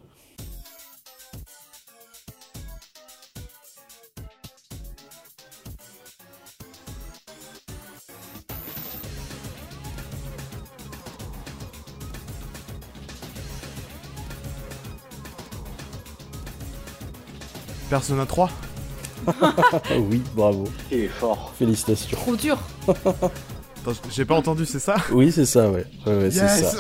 Persona trois. Oui, bravo. Il est fort. Félicitations. Trop dur. Attends, j'ai pas entendu, c'est ça? Oui, c'est ça, ouais. Ouais, ouais, yes. c'est ça.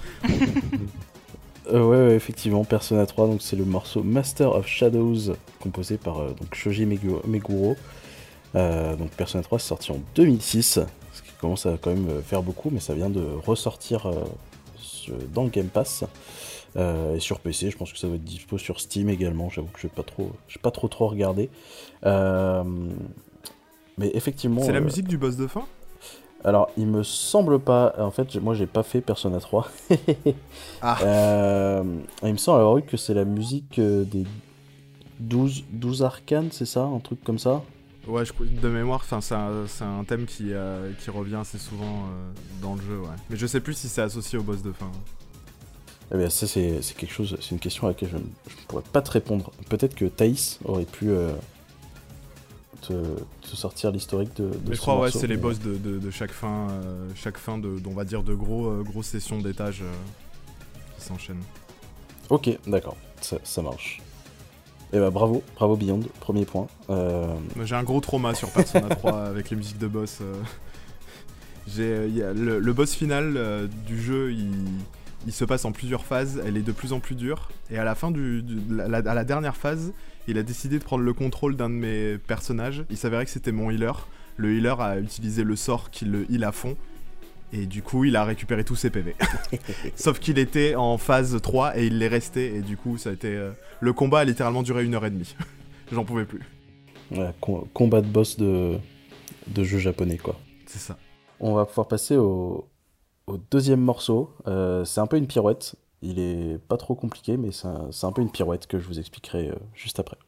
euh, ouais, ouais, effectivement, Persona trois, donc c'est le morceau Master of Shadows, composé par euh, donc Shoji Megu- Meguro. Euh, donc Persona trois, c'est sorti en deux mille six, ce qui commence à quand même faire beaucoup, mais ça vient de ressortir euh, sur- dans le Game Pass. Euh, et sur P C, je pense que ça va être dispo sur Steam également. J'avoue que je n'ai pas trop, j'ai pas trop trop regardé. Euh, mais effectivement. C'est la euh, musique du boss de fin? Alors, il me semble pas. En fait, moi, j'ai pas fait Persona trois. Ah. Euh, il me semble avoir eu que c'est la musique euh, des douze, douze arcanes, c'est ça, un truc comme ça. Ouais, je, de mémoire, c'est un, c'est un thème qui, euh, qui revient assez souvent euh, dans le jeu, ouais. Mais je sais plus si c'est associé au boss de fin. Eh bien, ça, c'est, c'est quelque chose, c'est une question à laquelle je ne pourrais pas te répondre. Peut-être que Thaïs aurait pu euh, te, te sortir l'historique de, de Mais ce je crois, morceau, ouais, c'est mais... les boss de, de, de chaque fin, euh, chaque fin de, on va dire, de gros, euh, grosses sessions d'étage euh, qui s'enchaînent. Ok, d'accord, ça, ça marche. Eh ben bravo, bravo Beyond, premier point. Euh... J'ai un gros trauma sur Persona trois avec les musiques de boss. Euh... J'ai, y a le, le boss final euh, du jeu, il... il se passe en plusieurs phases, elle est de plus en plus dure, et à la fin du, du la, la, à la dernière phase, il a décidé de prendre le contrôle d'un de mes personnages. Il s'avérait que c'était mon healer. Le healer a utilisé le sort qui le heal à fond, et du coup il a récupéré tous ses P V. Sauf qu'il était en phase trois et il l'est resté, et du coup ça a été... Euh... le combat a littéralement duré une heure et demie. J'en pouvais plus. Ouais, com- combat de boss de, de jeu japonais, quoi. C'est ça. On va pouvoir passer au... Au deuxième morceau, euh, c'est un peu une pirouette. Il est pas trop compliqué, mais c'est un, c'est un peu une pirouette que je vous expliquerai euh, juste après.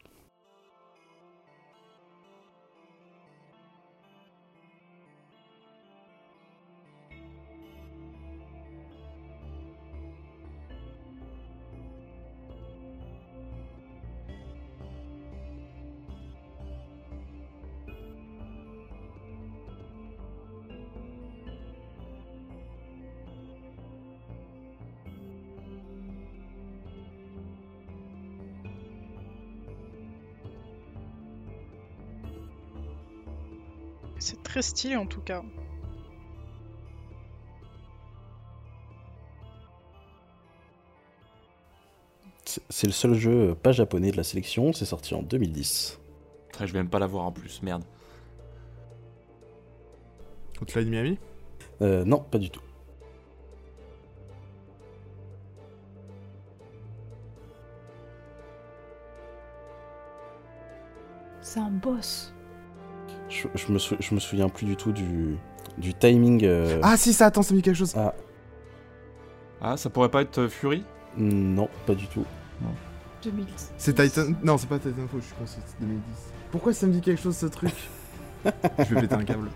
C'est très stylé en tout cas. C'est, c'est le seul jeu pas japonais de la sélection, c'est sorti en deux mille dix. Putain, je vais même pas la voir en plus, merde. Hotline Miami? Euh, non, pas du tout. C'est un boss. Je, je, me, sou- je me souviens plus du tout du, du timing. euh, Ah si, ça, attends, ça me dit quelque chose. Ah, Ah, ça pourrait pas être euh, Fury? non, pas du tout. deux mille dix. C'est Titan... Non, c'est pas Titanfall, je suis con, c'est deux mille dix. Pourquoi ça me dit quelque chose, ce truc? Je vais péter un câble.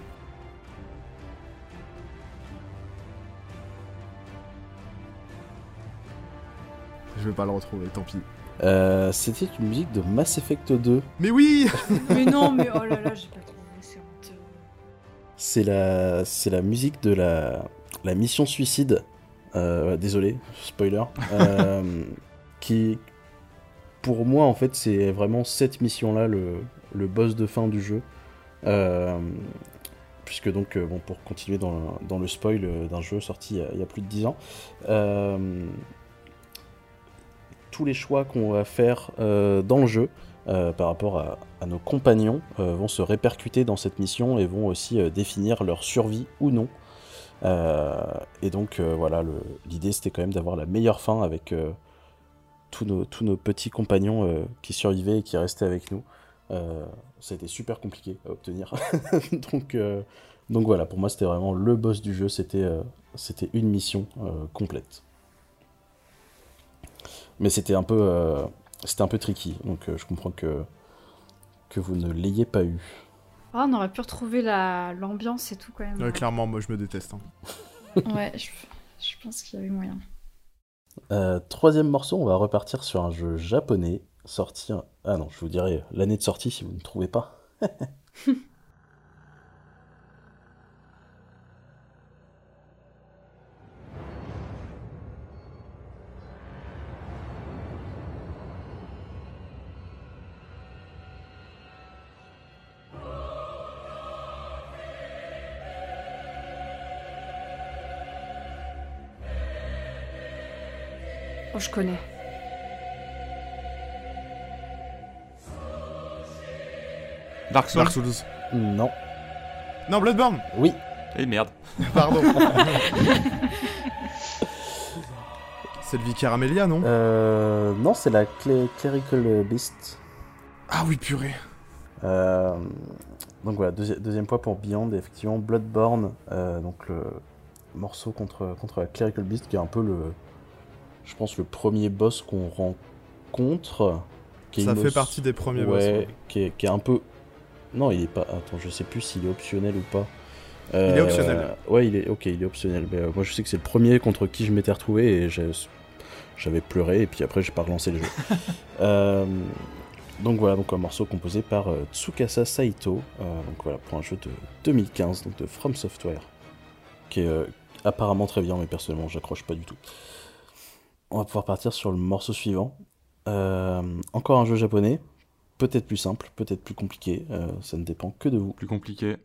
Je vais pas le retrouver, tant pis. Euh, c'était une musique de Mass Effect deux. Mais oui. Mais non, mais oh là là, j'ai pas trouvé, c'est honteux. C'est la, c'est la musique de la, la mission Suicide. Euh, désolé, spoiler. euh, qui, pour moi, en fait, c'est vraiment cette mission-là, le, le boss de fin du jeu. Euh, puisque donc, euh, bon, pour continuer dans, le- dans le spoil euh, d'un jeu sorti il y a, il y a plus de dix ans, euh, tous les choix qu'on va faire euh, dans le jeu euh, par rapport à, à nos compagnons euh, vont se répercuter dans cette mission et vont aussi euh, définir leur survie ou non. Euh, et donc euh, voilà, le- l'idée c'était quand même d'avoir la meilleure fin avec euh, tous, nos, tous nos petits compagnons euh, qui survivaient et qui restaient avec nous. Euh, ça a été super compliqué à obtenir. donc, euh, donc voilà, pour moi c'était vraiment le boss du jeu, c'était euh, c'était une mission euh, complète. Mais c'était un peu, euh, c'était un peu tricky, donc euh, je comprends que, que vous ne l'ayez pas eu. Ah, on aurait pu retrouver la... l'ambiance et tout quand même. Ouais, clairement, moi je me déteste. Hein. Ouais, je, je pense qu'il y avait moyen. Euh, troisième morceau, on va repartir sur un jeu japonais sorti... Ah non, je vous dirai l'année de sortie si vous ne trouvez pas. Oh, je connais. Dark Souls? Dark Souls. Non. Non, Bloodborne. Oui. Eh merde. Pardon. C'est le Vicaire Amelia, non? Euh, non, c'est la Clé- Clerical Beast. Ah oui, purée. Euh, donc voilà, deuxi- deuxième point pour Beyond, effectivement, Bloodborne, euh, donc le morceau contre, contre la Clerical Beast, qui est un peu le, je pense, le premier boss qu'on rencontre. Qui est Ça une fait os- partie des premiers ouais, boss, ouais. Qui est, qui est un peu... Non, il est pas... Attends, je sais plus s'il est optionnel ou pas. Il est optionnel. Ouais, il est... Ok, il est optionnel. Mais, euh, moi, je sais que c'est le premier contre qui je m'étais retrouvé et j'ai- j'avais pleuré et puis après, j'ai pas relancé le jeu. euh... Donc voilà, donc un morceau composé par euh, Tsukasa Saito, euh, donc voilà, pour un jeu de deux mille quinze, donc de From Software, qui est euh, apparemment très bien, mais personnellement j'accroche pas du tout. On va pouvoir partir sur le morceau suivant. Euh, encore un jeu japonais, peut-être plus simple, peut-être plus compliqué, euh, ça ne dépend que de vous. Plus compliqué.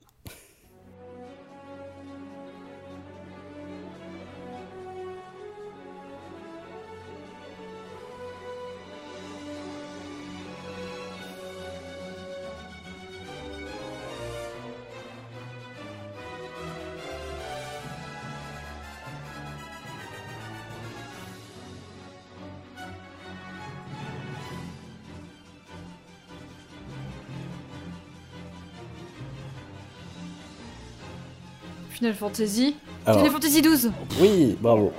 Final Fantasy. Alors- Final Fantasy douze. Oui, bravo.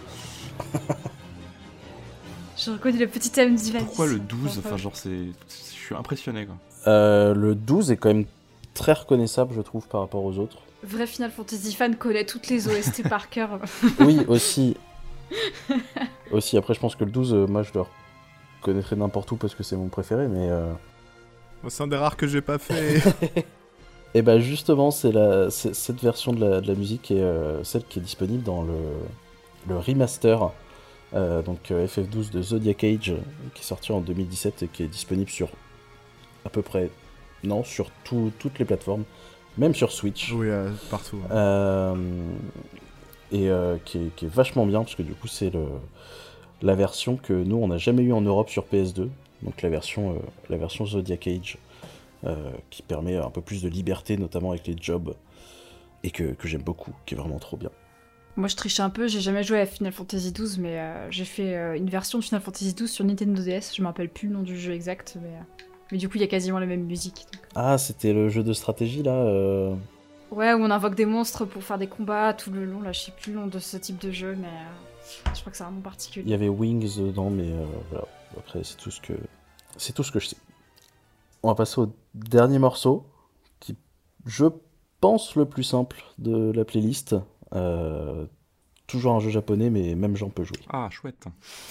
Je reconnais le petit thème d'Ivan. Pourquoi le douze? Enfin, genre, c'est. Je suis impressionné, quoi. Euh, le douze est quand même très reconnaissable, je trouve, par rapport aux autres. Vrai Final Fantasy fan connaît toutes les O S T par cœur. Oui, aussi. Aussi, après, je pense que le douze, euh, moi, je le connaîtrais n'importe où parce que c'est mon préféré, mais... Euh... C'est un des rares que j'ai pas fait. Et bah justement, c'est la, c'est- cette version de la, de la musique est euh, celle qui est disponible dans le, le remaster, euh, donc euh, F F douze de Zodiac Age, euh, qui est sorti en deux mille dix-sept et qui est disponible sur à peu près, non, sur tout- toutes les plateformes, même sur Switch. Oui, euh, partout. Ouais. Euh, et euh, qui, est, qui est vachement bien, parce que du coup, c'est le, la version que nous, on n'a jamais eu en Europe sur P S deux, donc la version, euh, la version Zodiac Age. euh, qui permet un peu plus de liberté, notamment avec les jobs, et que, que j'aime beaucoup, qui est vraiment trop bien. Moi je triche un peu, j'ai jamais joué à Final Fantasy douze, mais euh, j'ai fait euh, une version de Final Fantasy douze sur Nintendo D S, je me rappelle plus le nom du jeu exact, mais, euh, mais du coup il y a quasiment la même musique. Donc. Ah, c'était le jeu de stratégie là euh... Ouais, où on invoque des monstres pour faire des combats tout le long, là je sais plus le nom de ce type de jeu, mais euh, je crois que c'est un nom particulier. Il y avait Wings dedans, mais euh, voilà, après c'est tout ce que c'est tout ce que je sais. On va passer au dernier morceau, qui je pense le plus simple de la playlist. Euh, toujours un jeu japonais, mais même Jean peut jouer. Ah, chouette.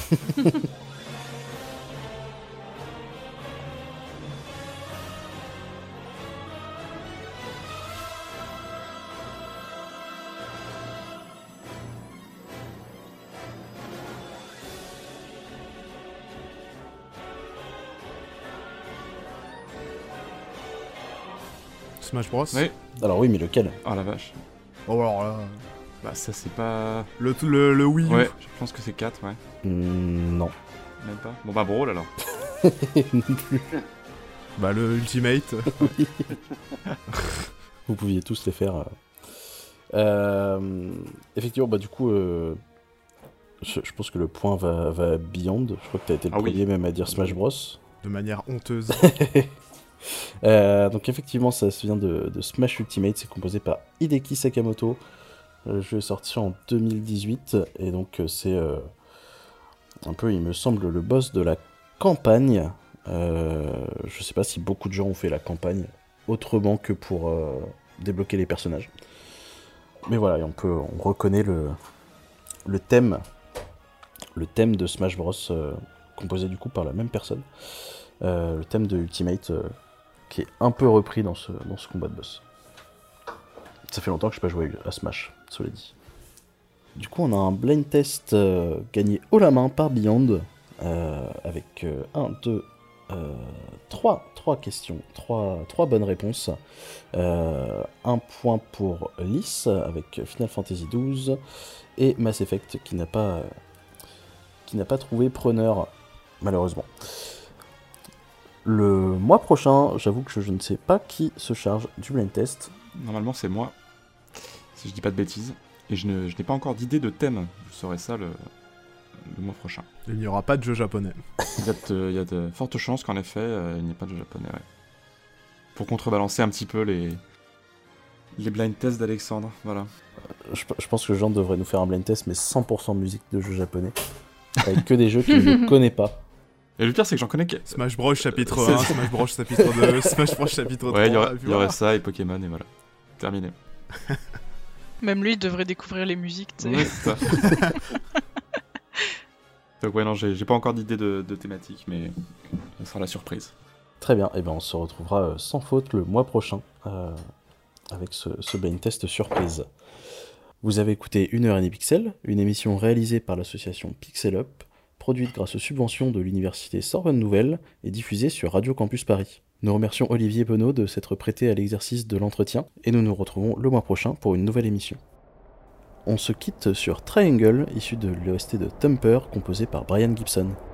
Smash Bros. Oui. Alors oui, mais lequel? Oh la vache. Oh alors là... Bah ça c'est pas... Le, le, le Wii U. Ouais, je pense que c'est quatre, ouais. Mmh, non. Même pas. Bon bah Brawl alors. Non plus. Bah le Ultimate. Vous pouviez tous les faire. Euh... Effectivement, bah du coup, euh... je, je pense que le point va, va Beyond. Je crois que t'as été le ah, premier oui. même à dire Smash Bros. De manière honteuse. euh, donc effectivement, ça se vient de, de Smash Ultimate. C'est composé par Hideki Sakamoto. Le jeu est sorti en deux mille dix-huit et donc c'est euh, un peu, il me semble, le boss de la campagne. Euh, je sais pas si beaucoup de gens ont fait la campagne autrement que pour euh, débloquer les personnages. Mais voilà, et on peut, on reconnaît le, le thème, le thème de Smash Bros, euh, composé du coup par la même personne. Euh, le thème de Ultimate, euh, qui est un peu repris dans ce, dans ce combat de boss. Ça fait longtemps que je n'ai pas joué à Smash, cela dit. Du coup, on a un blind test euh, gagné haut la main par Beyond, euh, avec un, deux, trois questions, trois bonnes réponses. Euh, un point pour Lys, avec Final Fantasy douze, et Mass Effect, qui n'a pas, euh, qui n'a pas trouvé preneur, malheureusement. Le mois prochain, j'avoue que je, je ne sais pas qui se charge du blind test. Normalement, c'est moi, si je dis pas de bêtises. Et je, ne, je n'ai pas encore d'idée de thème. Je saurai ça le, le mois prochain. Il n'y aura pas de jeu japonais. Il y a de, il y a de fortes chances qu'en effet, euh, il n'y ait pas de jeu japonais, ouais. Pour contrebalancer un petit peu les, les blind tests d'Alexandre, voilà. Je, je pense que Jean devrait nous faire un blind test, mais cent pour cent musique de jeux japonais. Avec que des jeux qu'il ne connaît pas. Et le pire, c'est que j'en connais que... Smash Bros chapitre un, Smash Bros chapitre deux, Smash Bros chapitre trois. Ouais, il y, aura, y aurait ça et Pokémon, et voilà. Terminé. Même lui, il devrait découvrir les musiques, tu sais. Ouais, c'est ça. Donc ouais, non, j'ai, j'ai pas encore d'idée de, de thématique, mais ça sera la surprise. Très bien, et ben on se retrouvera sans faute le mois prochain, euh, avec ce, ce blind test surprise. Vous avez écouté une heure et demie Pixel, une émission réalisée par l'association Pixel Up, produite grâce aux subventions de l'université Sorbonne Nouvelle et diffusée sur Radio Campus Paris. Nous remercions Olivier Penaud de s'être prêté à l'exercice de l'entretien, et nous nous retrouvons le mois prochain pour une nouvelle émission. On se quitte sur Triangle, issu de l'O S T de Thumper, composé par Brian Gibson.